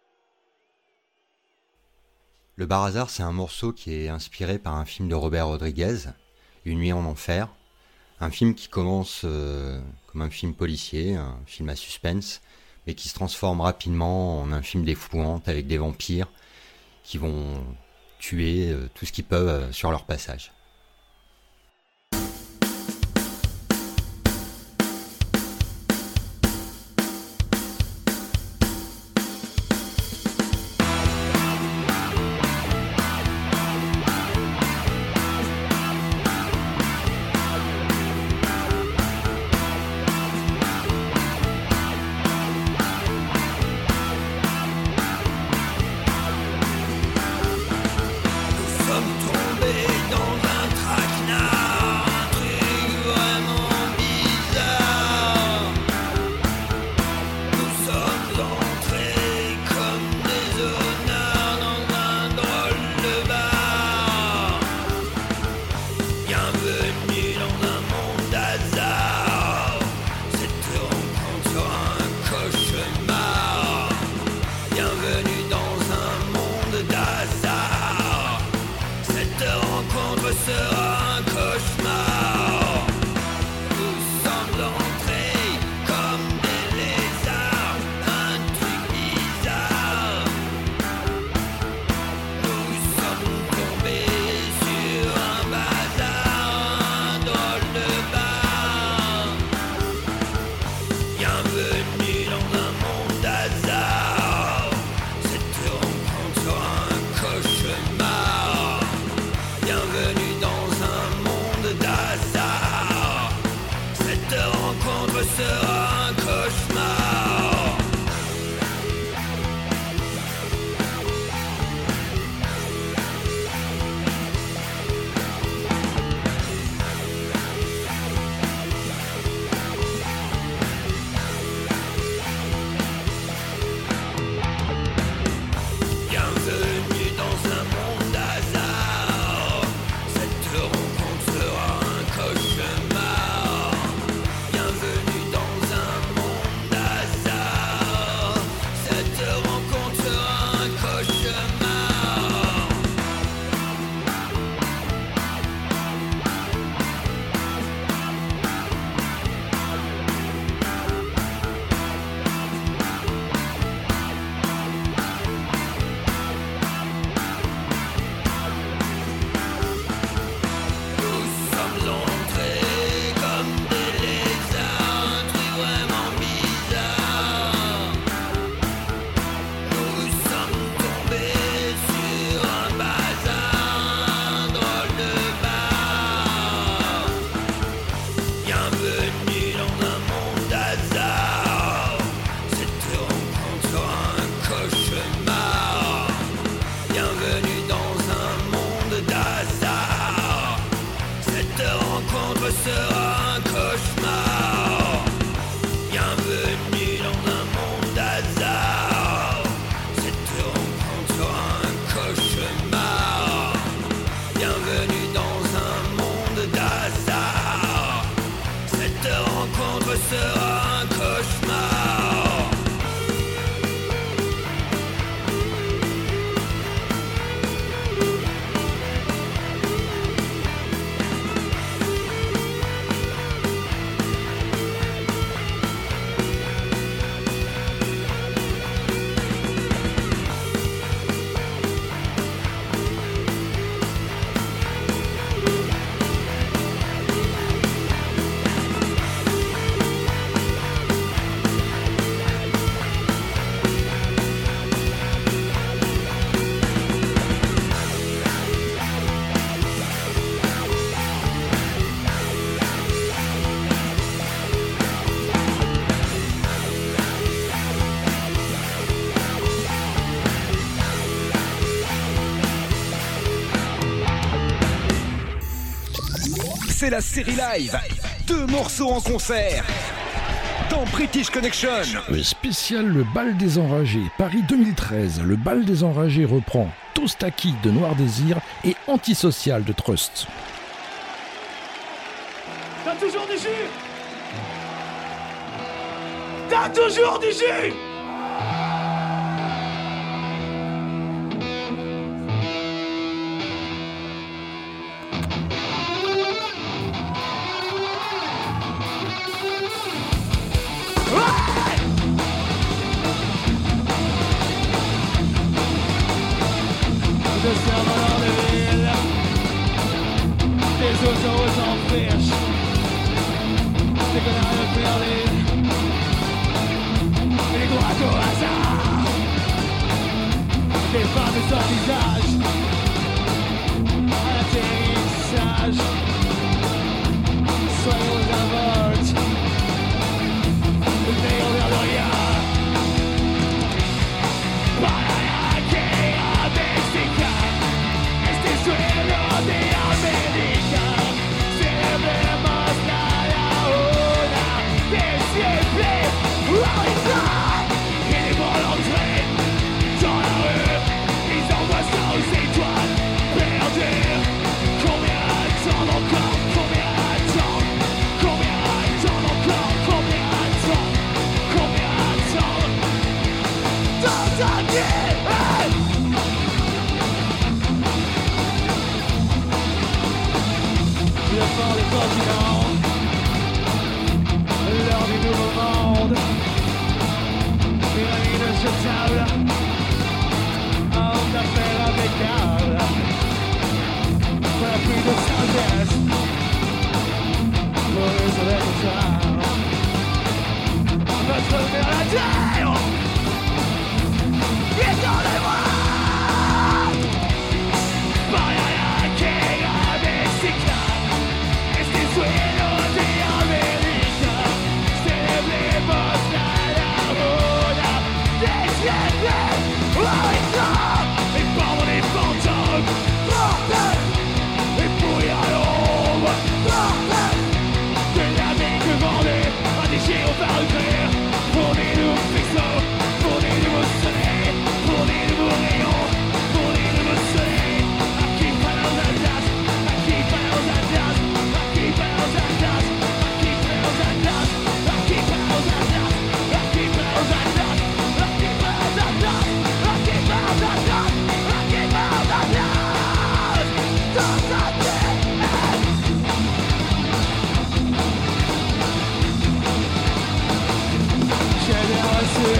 Le Bar Hasard, c'est un morceau qui est inspiré par un film de Robert Rodriguez, Une nuit en enfer. Un film qui commence comme un film policier, un film à suspense, mais qui se transforme rapidement en un film d'épouvante avec des vampires qui vont tuer tout ce qu'ils peuvent sur leur passage. c'est la série live. 2 morceaux en concert dans British Connection. Spécial le bal des enragés, Paris 2013. Le bal des enragés reprend Toast acquis de Noir Désir et Antisocial de Trust. T'as toujours du jus. T'as toujours du jus. De cerf-volant de ville, des oiseaux en friche, des connards de berline, et des droits au hasard, des femmes sans visage, à l'atterrissage, soyons un volte, le meilleur vers le rien. Le fort des continents, l'heure du nouveau monde, pyramide jetable, homme d'affaires impeccable, pas plus de sagesse, pour les sauver notre vers la terre, et dans les mois. Et pendant les fantômes, bordel, et pourrir à l'ombre, bordel, de la vie que vendait un déchir au parugère, pour des nouveaux faisceaux, pour des nouveaux soleils, pour des nouveaux rayons, pour des nouveaux soleils, à qui parle aux Alsace, à qui parle aux Alsace, à qui parle aux Alsace, à qui parle aux Alsace, à qui parle aux Alsace, à qui parle aux Alsace, à qui parle aux Alsace. J'ai bien reçu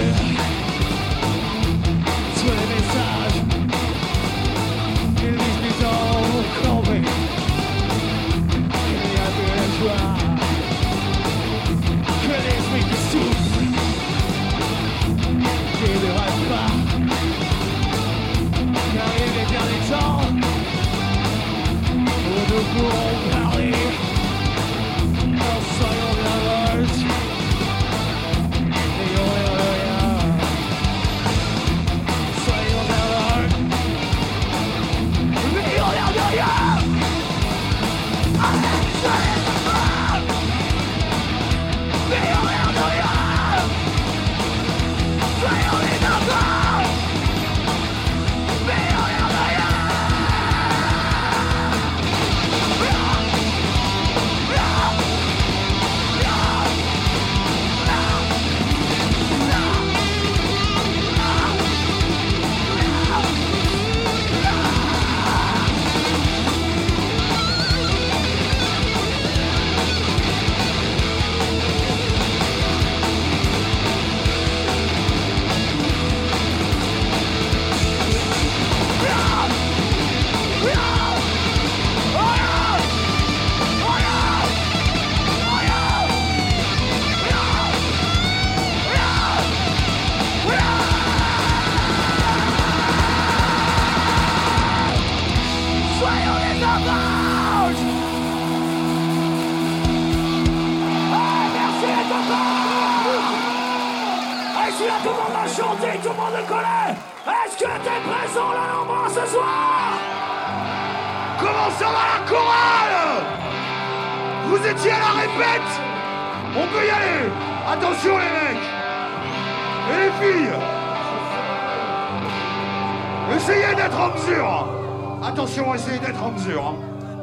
tous les messages. Ils disent plutôt crever. Il n'y a plus de joie que l'esprit qui souffle, qui ne rêve pas. Car il est bien des temps où nous pourrons parler. Alors soyons bien volte. Tout le monde va chanter, tout le monde le connaît. Est-ce que t'es présent là nombreux ce soir? Comment ça va la chorale? Vous étiez à la répète. On peut y aller. Attention les mecs. Et les filles. Essayez d'être en mesure. Attention, essayez d'être en mesure.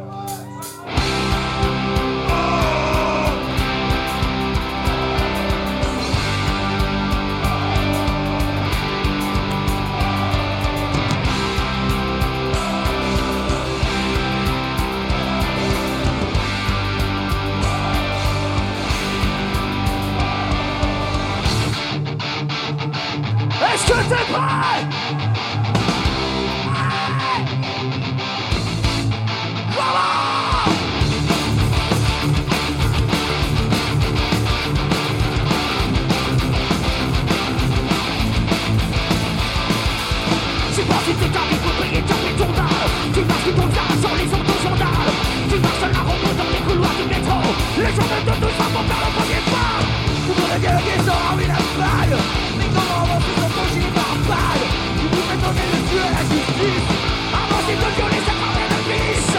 Est-ce que t'es prêt? C'est pas si t'es carré pour payer ta tournale. Tu marches du comptable sur les autojournales. Tu marches la ronde dans les couloirs du métro. Les gens de tous vont pour faire le premier pas. Tout le monde est gueule qui ont envie la balle. Mais comment on peut s'en par balle? Tu vous faites donner le Dieu à la justice. Avant c'est de violer sa part de biche.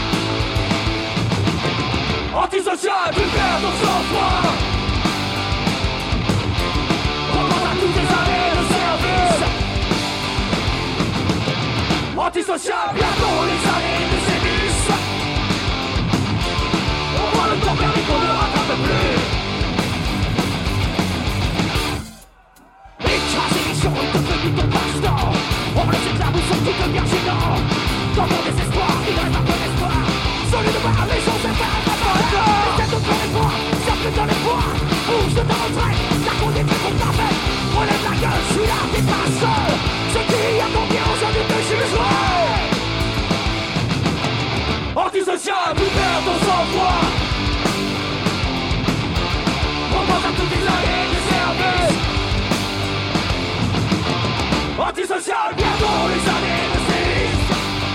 Antisocial, tu perds ton sang-froid. Remonte à toutes tes années de service. Antisocial, bientôt les années de sévices. On voit le temps perdu qu'on ne rattrape plus. Écraser les gens est devenu ton passe-temps. On le sait que la boussole tout devient gênant. Dans mon désespoir, il reste un peu d'espoir. Celui de voir les choses se faire à la fin. Les têtes dans les bois, ça plus dans les bois. Bouge de ta retraite, ta conduite est ton parfait. Relève la gueule, je suis là, t'es pas seul. Ce qui a ton bien aujourd'hui te jugerai. Antisocial, tu perds ton sang-froid. Remonte à toutes tes années de service. Antisocial, bientôt les années de sévices.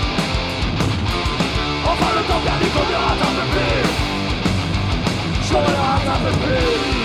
Enfin le temps perdu qu'on ne rattrape plus. Je ne rattrape plus.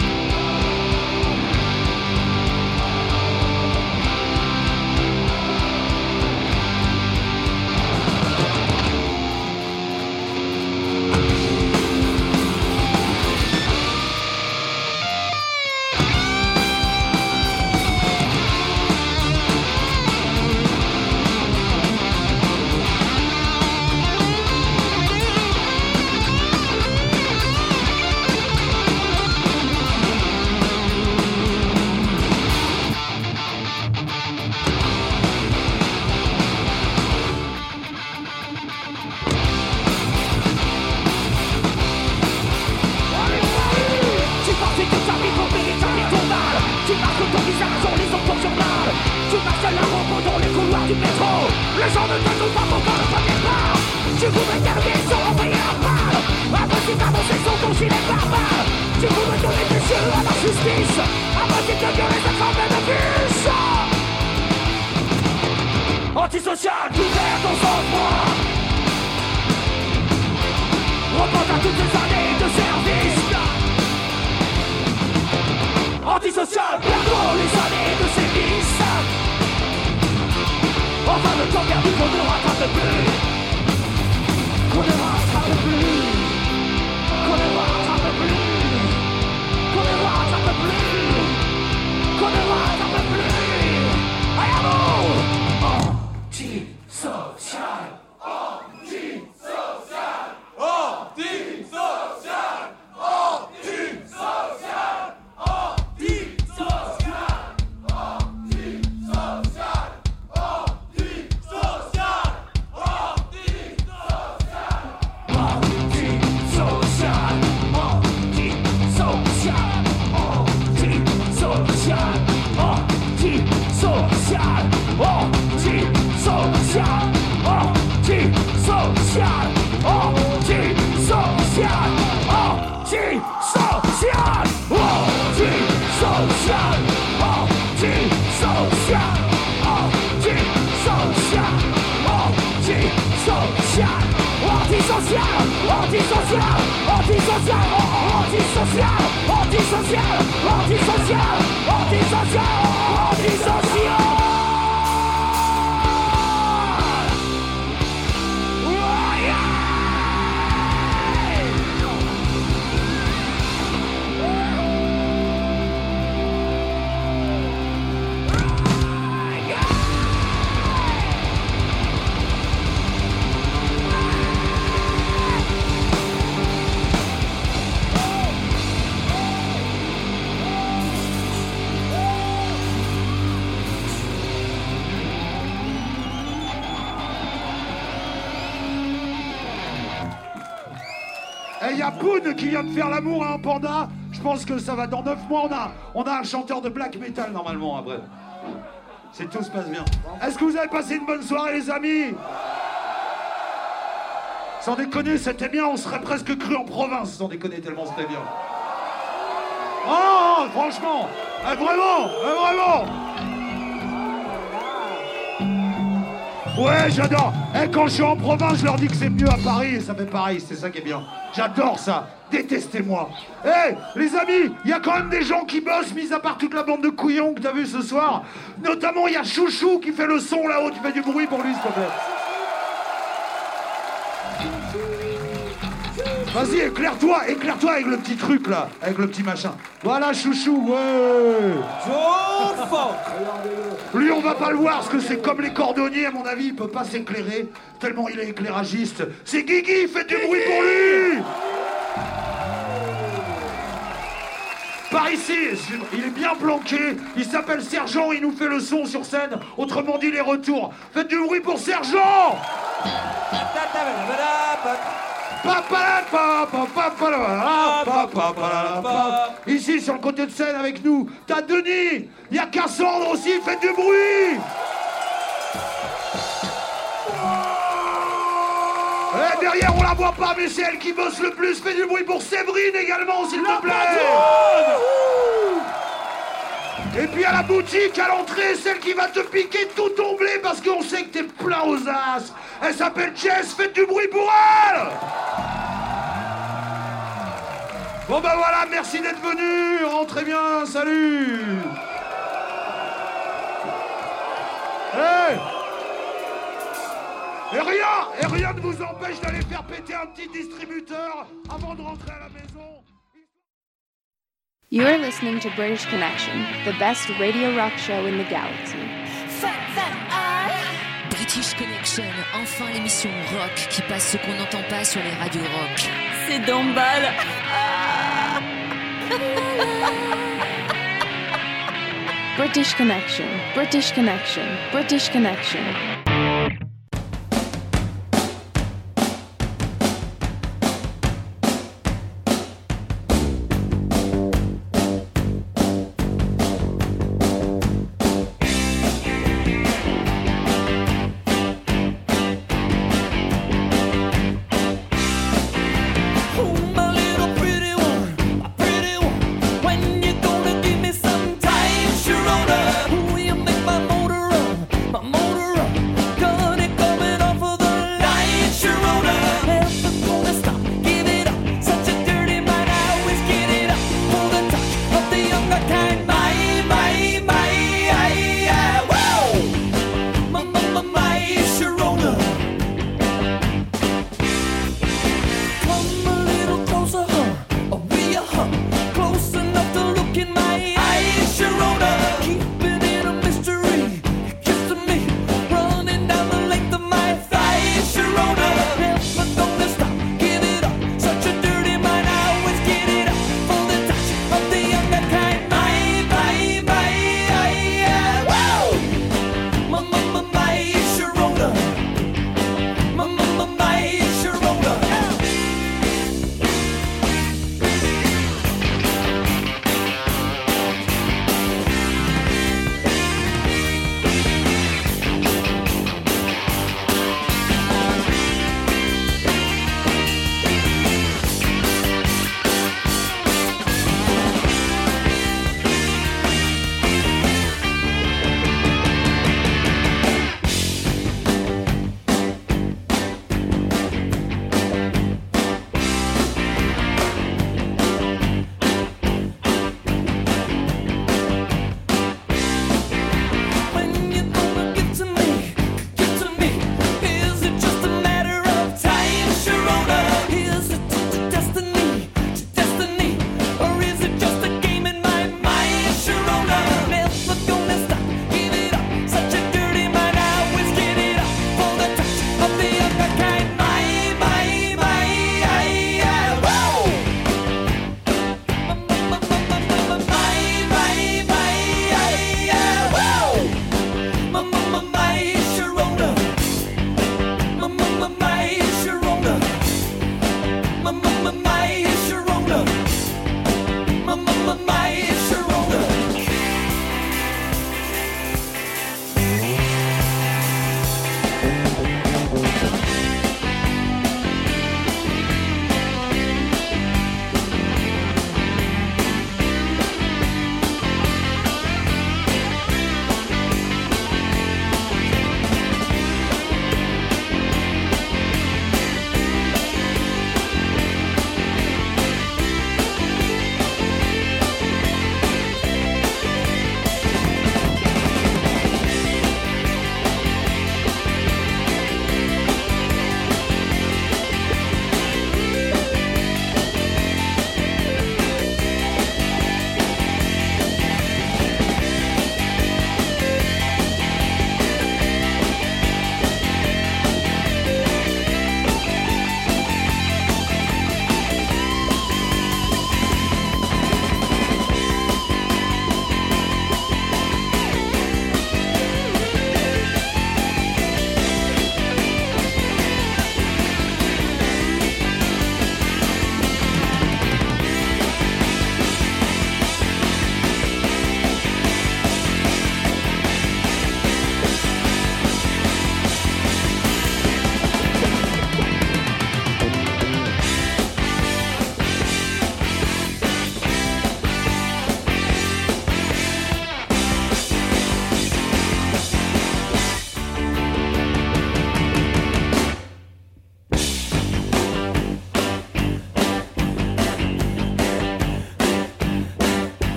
Les gens ne te trouvent pas pour faire le premier pas. Tu voudrais garder sans envoyer la balle. Impossible d'avancer sans ton gilet barbare. Tu voudrais donner tes yeux à la justice. Impossible de violer cette forme de bûche. Antisocial, tu perds ton sang-froid. Remonte à toutes tes années de service. Antisocial, perdons les années de sévices. Enfin le temps perdu qu'on ne rattrape plus. Qu'on ne rattrape plus. Qu'on ne rattrape plus. Qu'on ne rattrape plus. Qu'on ne rattrape plus. Allez à vous. Antisocial. Antisocial. Antisocial. Antisocial. Antisocial. y a Poon qui vient de faire l'amour à un panda. Je pense que ça va dans 9 mois. On a un chanteur de black metal normalement après. C'est tout se passe bien. Est-ce que vous avez passé une bonne soirée les amis? Sans déconner, c'était bien, on serait presque cru en province, sans déconner, tellement c'était bien. Oh, franchement, vraiment. Ouais, j'adore. Quand je suis en province, je leur dis que c'est mieux à Paris et ça fait pareil, c'est ça qui est bien. J'adore ça. Détestez-moi. Les amis, il y a quand même des gens qui bossent, mis à part toute la bande de couillons que t'as vu ce soir. Notamment, il y a Chouchou qui fait le son là-haut, tu fais du bruit pour lui, s'il te plaît. Vas-y, éclaire-toi avec le petit truc là, avec le petit machin. Voilà, Chouchou, ouais. Lui, on va pas le voir, parce que c'est comme les cordonniers, à mon avis, il peut pas s'éclairer, tellement il est éclairagiste. C'est Guigui, faites du bruit pour lui. Par ici, il est bien planqué, il s'appelle Sergent, il nous fait le son sur scène, autrement dit les retours. Faites du bruit pour Sergent. Ici sur le côté de scène avec nous, t'as Denis, il y a Cassandre aussi, faites du bruit. Derrière on la voit pas mais c'est elle qui bosse le plus, faites du bruit pour Séverine également s'il te plaît. Et puis à la boutique, à l'entrée, celle qui va te piquer tout ton blé parce qu'on sait que t'es plein aux as. Elle s'appelle Jess, faites du bruit pour elle. Bon ben voilà, merci d'être venu, rentrez bien, salut. Et rien ne vous empêche d'aller faire péter un petit distributeur avant de rentrer à la maison. You are listening to British Connection, the best radio rock show in the galaxy. British Connection, enfin l'émission rock qui passe ce qu'on n'entend pas sur les radios rock. C'est Dombal. British Connection, British Connection, British Connection. My motor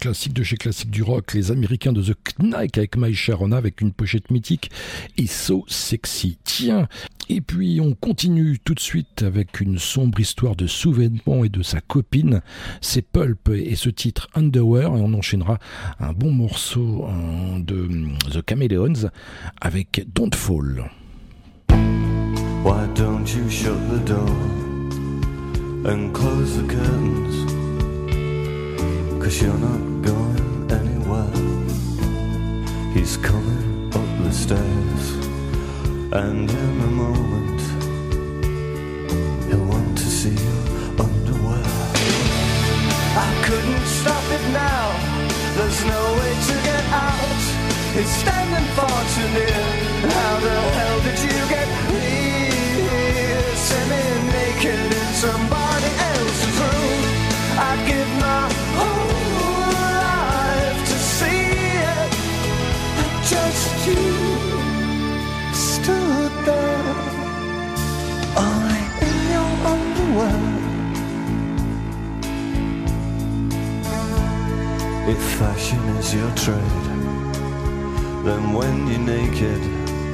classique de chez classique du rock, les Américains de The Knack avec My Sharona avec une pochette mythique et So Sexy. Tiens, et puis on continue tout de suite avec une sombre histoire de sous-vêtements et de sa copine. C'est Pulp et ce titre Underwear, et on enchaînera un bon morceau de The Chameleons avec Don't Fall. Why don't you shut the door and close the curtains? 'Cause you're not going anywhere. He's coming up the stairs, and in a moment he'll want to see your underwear. I couldn't stop it now, there's no way to get out. It's standing far too near. How the hell did you get here? Semi-naked in somebody else's room. I'd give my whole life to see it. Just you stood there, only in your underwear. If fashion is your trade, then when you're naked,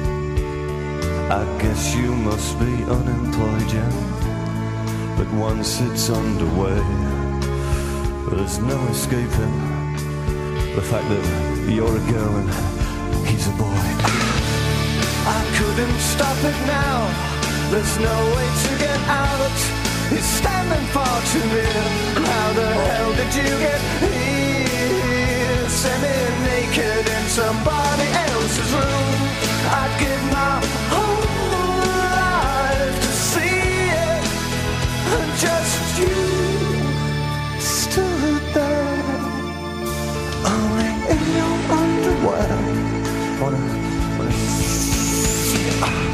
I guess you must be unemployed, yeah. But once it's underway, there's no escaping the fact that you're a girl and he's a boy. I couldn't stop it now, there's no way to get out. He's standing far too near. How the hell did you get here? Semi-naked in somebody else's room. I'd give my whole life to see it. And just you stood there, only in your underwear. Wanna see it.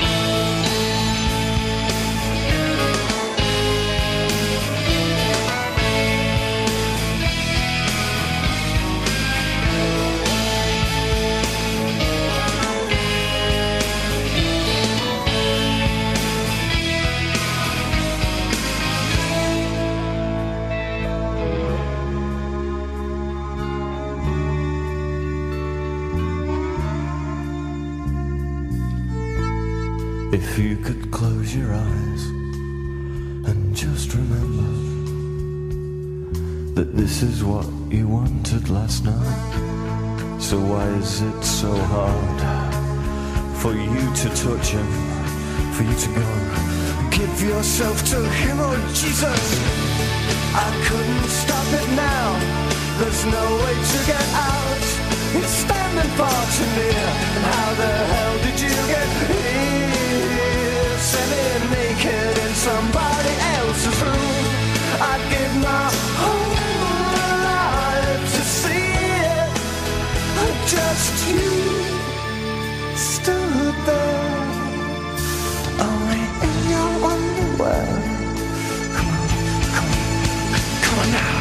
If you could close your eyes and just remember that this is what you wanted last night. So why is it so hard for you to touch him, for you to go give yourself to him? Oh Jesus, I couldn't stop it now, there's no way to get out. It's standing far too near. And how the hell did you get here? Semi-naked in somebody else's room. I'd give my whole life to see it. Just you stood there, only in your underwear. Come on now.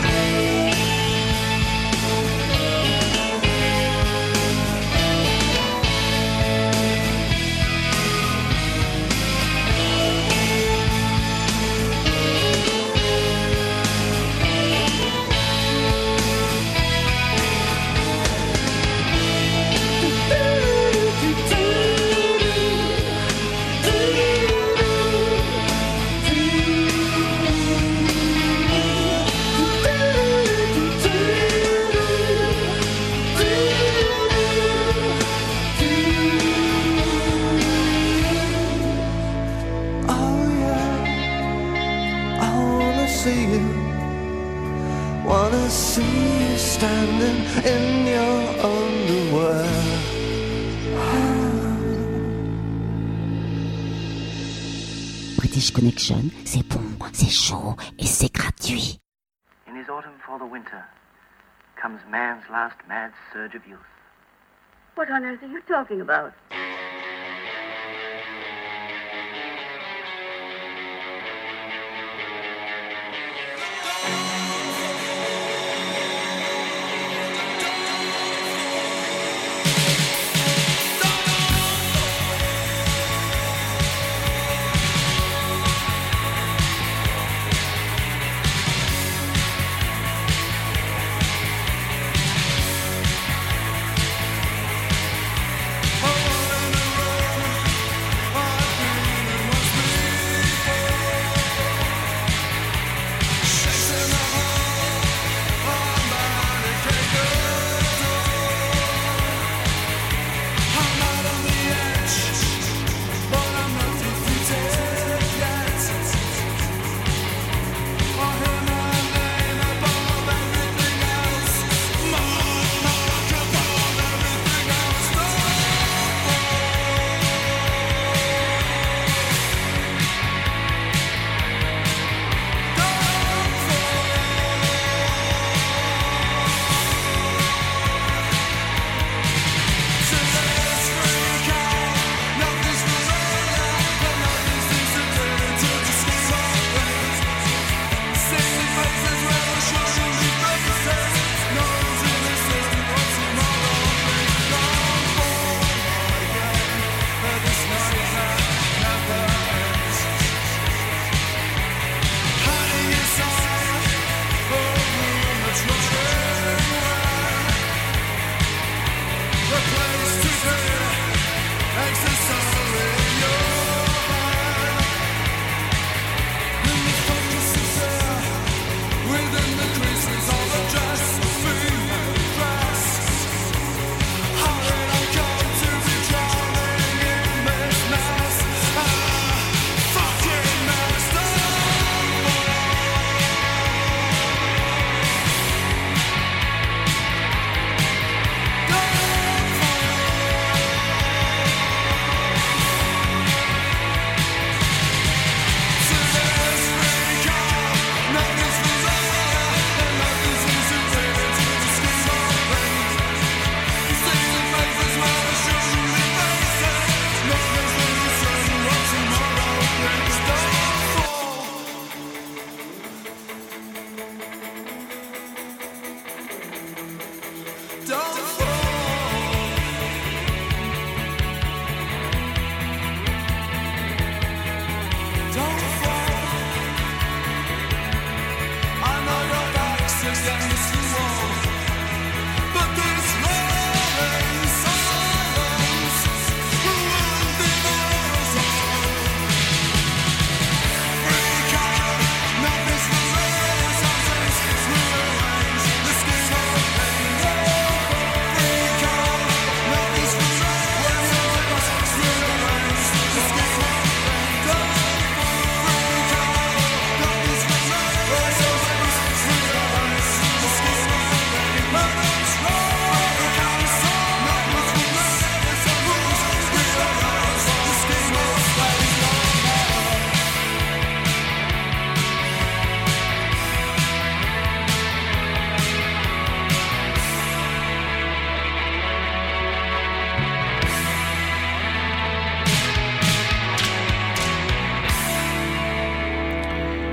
Wanna see you standing in your underwear. British Connection, c'est bon, c'est chaud et c'est gratuit. In his autumn for the winter comes man's last mad surge of youth. What on earth are you talking about?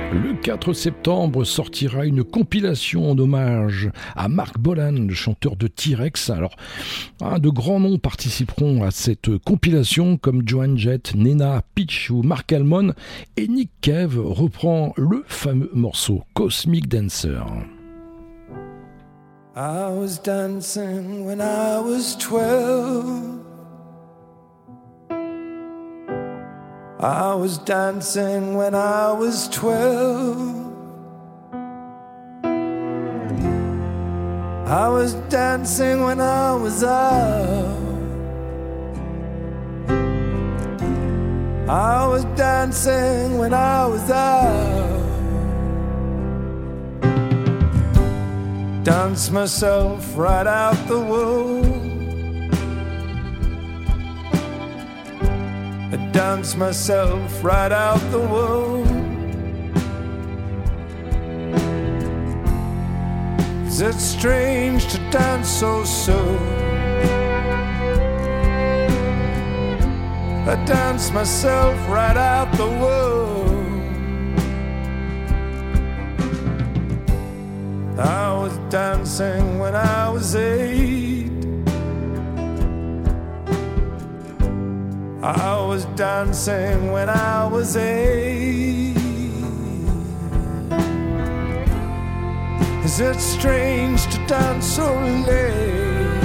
Le 4 septembre sortira une compilation en hommage à Mark Bolan, le chanteur de T-Rex. Alors, de grands noms participeront à cette compilation comme Joan Jett, Nena, Pitch ou Mark Almond, et Nick Cave reprend le fameux morceau Cosmic Dancer. I was dancing when I was 12. I was dancing when I was 12. I was dancing when I was out. I was dancing when I was out. Dance myself right out the womb. I dance myself right out the womb. Is it strange to dance so soon? I dance myself right out the womb. I was dancing when I was 8. I was dancing when I was 8. Is it strange to dance so late?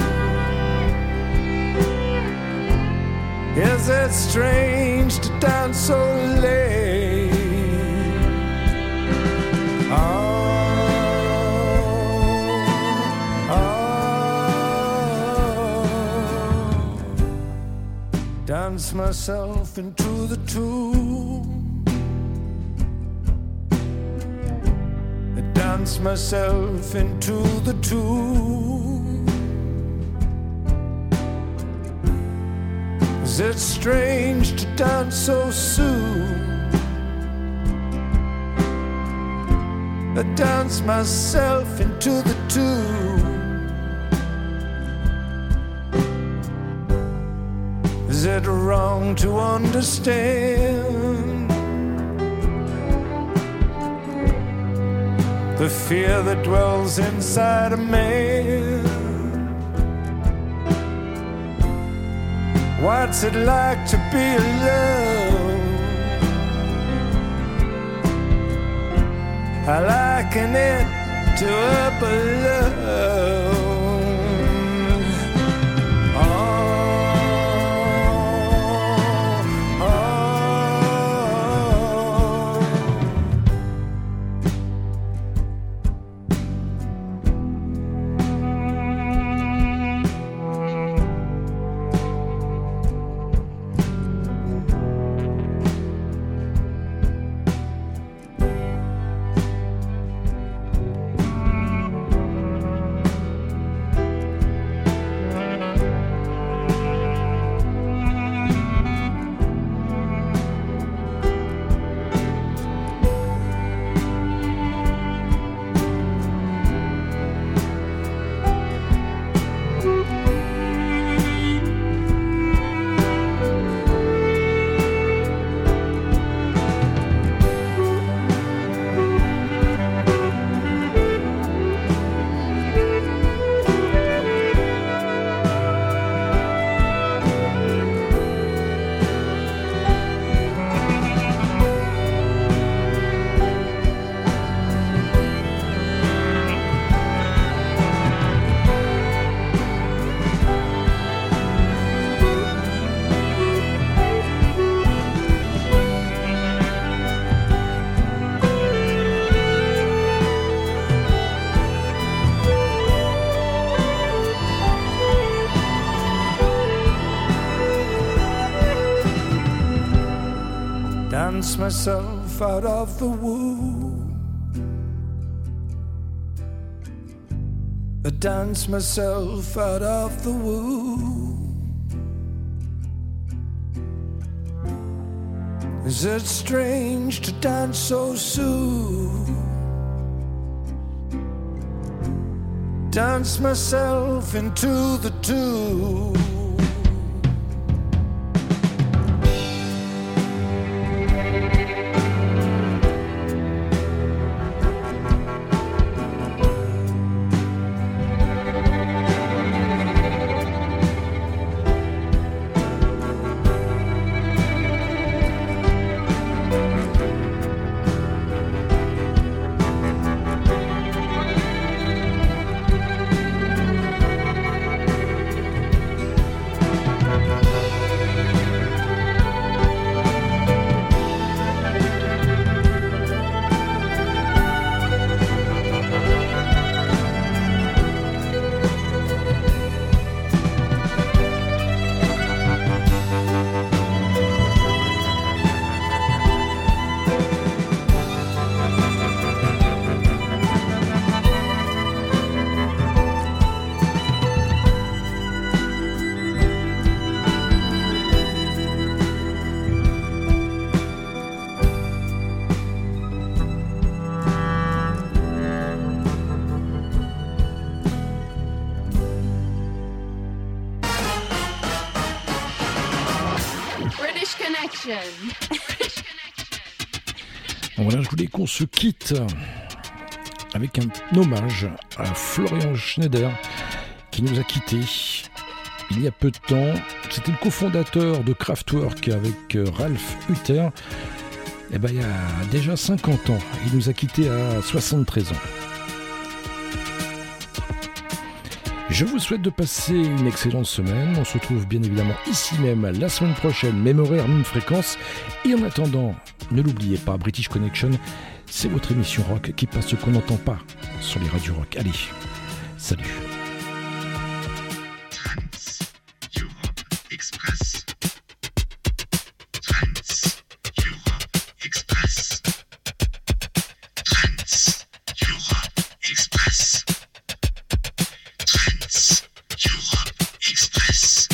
Is it strange to dance so late? Dance myself into the tomb. I dance myself into the tomb. Is it strange to dance so soon? I dance myself into the tomb. Is it wrong to understand the fear that dwells inside a man? What's it like to be alone? I liken it to a balloon. Dance myself out of the womb. I dance myself out of the womb. Is it strange to dance so soon? Dance myself into the tomb. Voilà, je voulais qu'on se quitte avec un hommage à Florian Schneider qui nous a quittés il y a peu de temps. C'était le cofondateur de Kraftwerk avec Ralf Hutter. Et ben, il y a déjà 50 ans. Il nous a quittés à 73 ans. Je vous souhaite de passer une excellente semaine. On se retrouve bien évidemment ici même la semaine prochaine, même horaire, même fréquence. Et en attendant, ne l'oubliez pas, British Connection, c'est votre émission rock qui passe ce qu'on n'entend pas sur les radios rock. Allez, salut. Express. Trans Europe Express. Trans Europe Express. Trans Europe Express.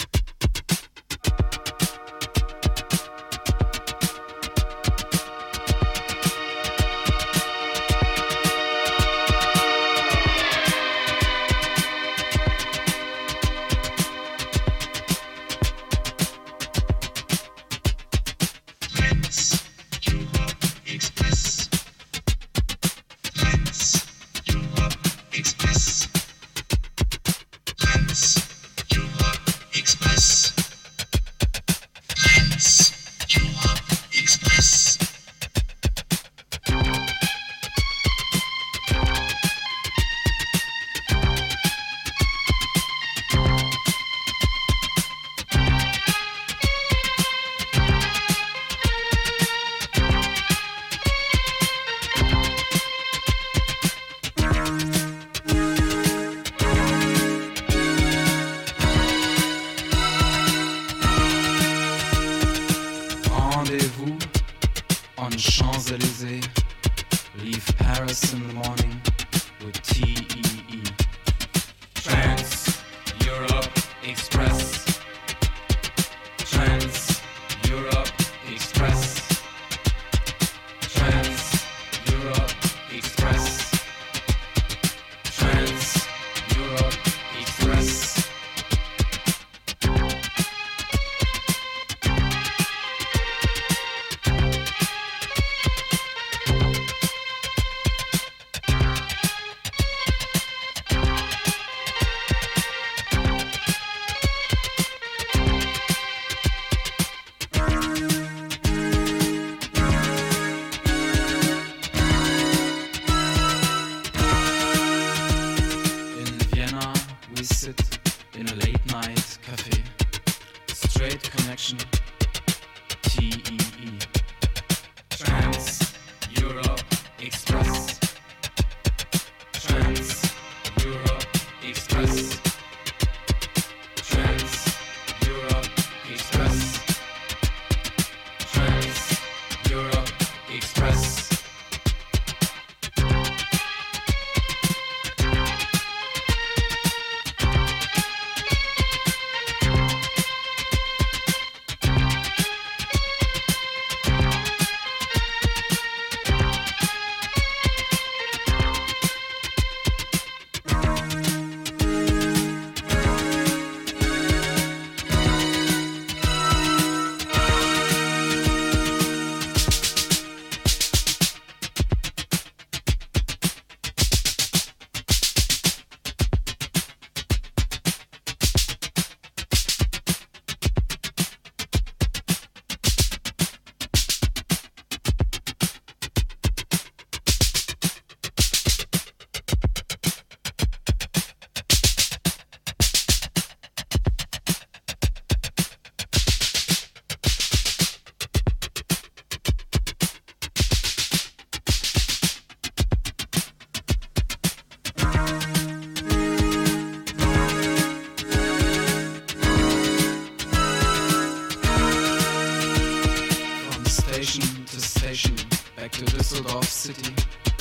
to Düsseldorf City.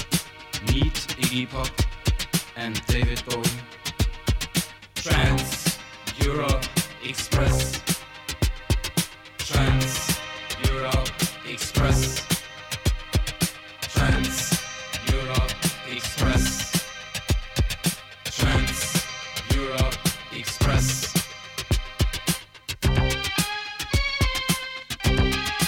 Meet Iggy Pop and David Bowie. Trans Europe Express. Trans Europe Express. Trans Europe Express. Trans Europe Express.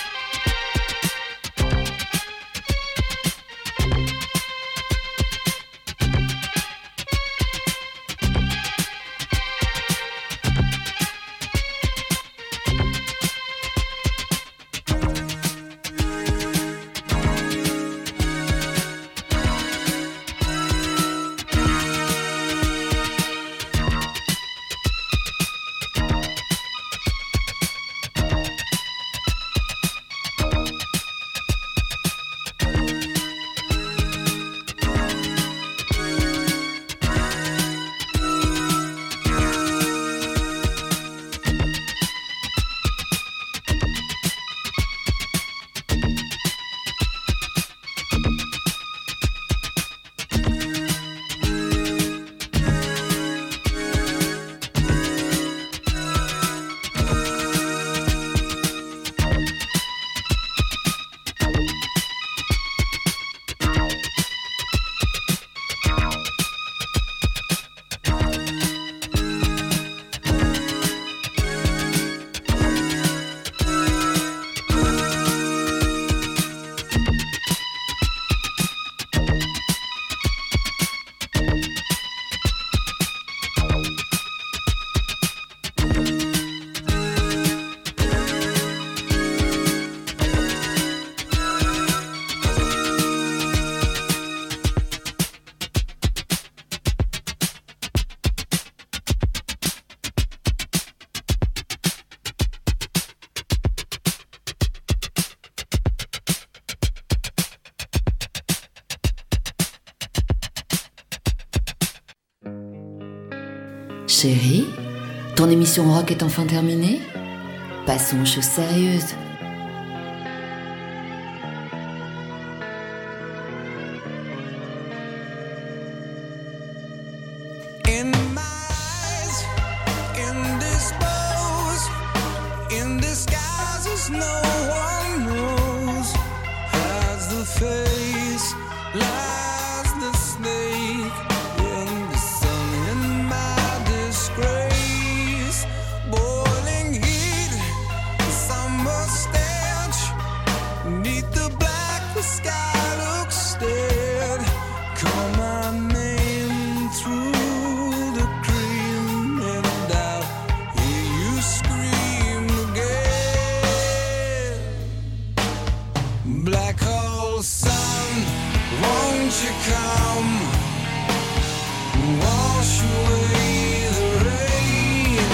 Chérie, ton émission rock est enfin terminée? Passons aux choses sérieuses.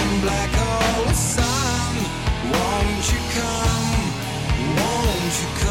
Won't you come?